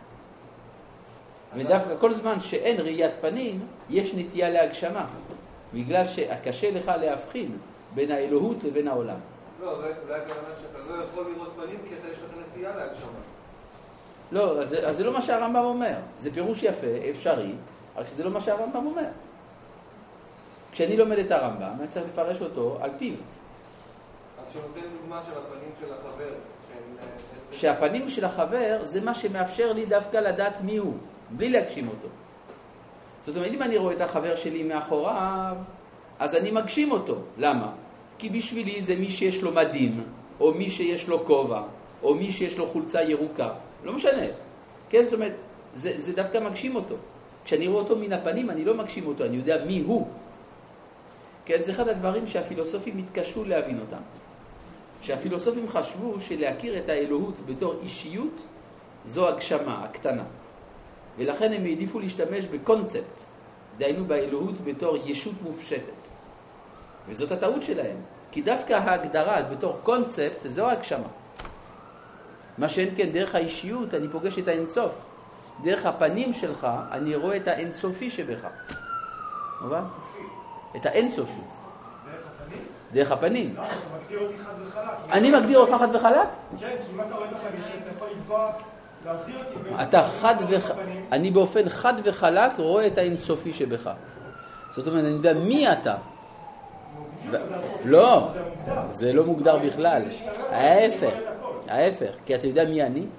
ודווקא כל זמן שאין ראיית פנים, יש נטייה להגשמה. בגלל שקשה לך להבחין בין האלוהות לבין העולם. לא, אולי הכוונה שאתה לא יכול לראות פנים כי אתה יש לך נטייה להגשמה. לא, אז, אז זה לא מה שהרמב"ם אומר. זה פירוש יפה, אפשרי, רק שזה לא מה שהרמב"ם אומר. כשאני לומד את הרמב"ם, אני צריך לפרש אותו על פיו. אז שנותן דוגמה של הפנים של החבר. שהפנים של החבר זה מה שמאפשר לי דווקא לדעת מי הוא, בלי להגשים אותו. זאת אומרת, אם אני רואה את החבר שלי מאחוריו, אז אני מגשים אותו. למה? כי בשבילי זה מי שיש לו מדים, או מי שיש לו כובע, או מי שיש לו חולצה ירוקה. לא משנה. כן, זאת אומרת, זה, זה דווקא מגשים אותו. כשאני רואה אותו מן הפנים, אני לא מגשים אותו, אני יודע מי הוא. כן, זה אחד הדברים שהפילוסופים התקשו להבין אותם. שהפילוסופים חשבו שלהכיר את האלוהות בתור אישיות, זו הגשמה, הקטנה. ולכן הם העדיפו להשתמש בקונספט, דהיינו באלוהות בתור ישות מופשטת. וזאת הטעות שלהם, כי דווקא ההגדרה בתור קונספט זו הגשמה. מה שאין כן דרך האישיות אני פוגש את האינסוף. דרך הפנים שלך אני רואה את האינסופי שבך. מובן? את האינסופי. דרך הפנים? דרך הפנים. לא, אתה מגדיר אותי חד וחלק. אני מגדיר אותך חד וחלק? כן, כי אם אתה רואה את הפנים שאתה יכול לקבוע, להגדיר אותי. אתה חד וחלק. אני באופן חד וחלק רואה את האינסופי שבך. זאת אומרת, אני יודע מי אתה. לא, זה לא מוגדר בכלל. ההפך, ההפך, כי אתה יודע מי אני?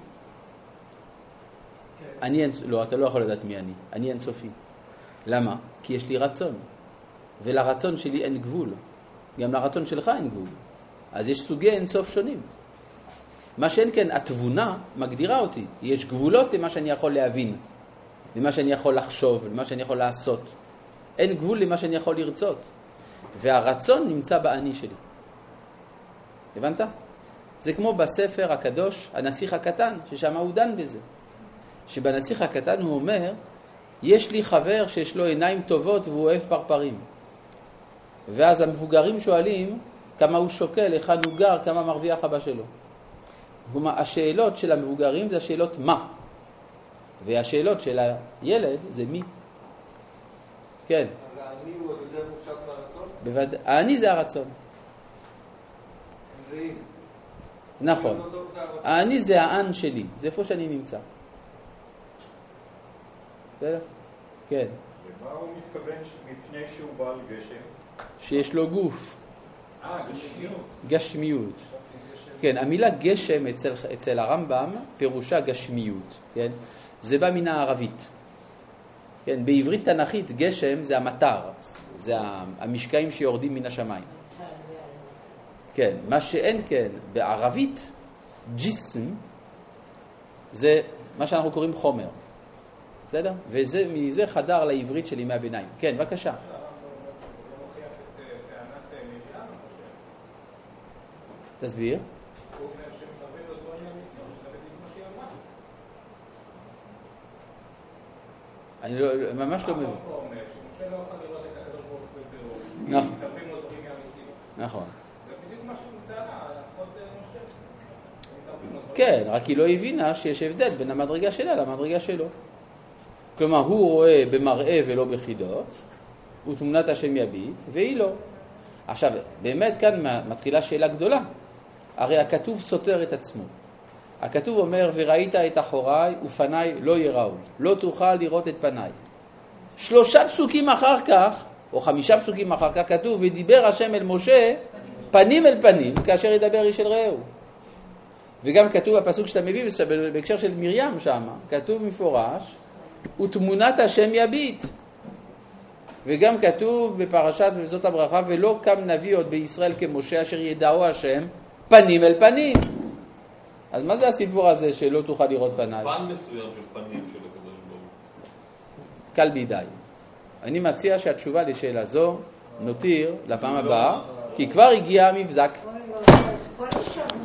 אני, לא, אתה לא יכול לדעת מי אני. אני אינסופי. למה? כי יש לי רצון. ולרצון שלי אין גבול. גם לרצון שלך אין גבול. אז יש סוגי אינסוף שונים. מה שאין כן, התבונה מגדירה אותי. יש גבולות למה שאני יכול להבין, למה שאני יכול לחשוב, למה שאני יכול לעשות. אין גבול למה שאני יכול לרצות. והרצון נמצא באני שלי. הבנת? זה כמו בספר הקדוש, הנסיך הקטן, ששם הוא דן בזה. שבנסיך הקטן הוא אומר, יש לי חבר שיש לו עיניים טובות והוא אוהב פרפרים. ואז המבוגרים שואלים כמה הוא שוקל, היכן הוא גר, כמה מרוויח אבא שלו. כלומר, השאלות של המבוגרים זה השאלות מה. והשאלות של הילד זה מי. כן. אז האני הוא יותר מופשט מהרצון? בוודאי. האני זה הרצון. זה אם. נכון. האני זה האן שלי. זה איפה שאני נמצא. בסדר? כן. ומה הוא מתכוון מפני שהוא בעל גשם? שיש לו גוף. אה, גשמיות. גשמיות. כן, המילה גשם אצל, אצל הרמב"ם פירושה גשמיות. כן? זה בא מן הערבית. כן, בעברית תנכית גשם זה המטר. זה המשקעים שיורדים מן השמיים. כן, מה שאין כן, בערבית ג'יסם זה מה שאנחנו קוראים חומר. בסדר? וזה, מזה חדר לעברית של ימי הביניים. כן, בבקשה. תסביר. אני לא, ממש לא מבין. נכון. נכון. כן, רק היא לא הבינה שיש הבדל בין המדרגה שלה למדרגה שלו. כלומר, הוא רואה במראה ולא בחידות, הוא תמונת השם יביט, והיא לא. עכשיו, באמת כאן מתחילה שאלה גדולה. הרי הכתוב סותר את עצמו. הכתוב אומר, וראית את אחוריי ופניי לא יראו. לא תוכל לראות את פניי. שלושה פסוקים אחר כך, או חמישה פסוקים אחר כך, כתוב, ודיבר השם אל משה פנים אל פנים, כאשר ידבר איש אל רעהו. וגם כתוב בפסוק שאתה מביא, בהקשר של מרים שם, כתוב מפורש, ותמונת השם יביט. וגם כתוב בפרשת וזאת הברכה, ולא קם נביא עוד בישראל כמשה אשר ידעו השם פנים אל פנים. אז מה זה הסיפור הזה שלא תוכל לראות פניו? פן מסוים של פנים של הקדוש ברוך הוא. קל בידי. אני מציע שהתשובה לשאלה זו נותיר לפעם הבאה, כי כבר הגיע המבזק.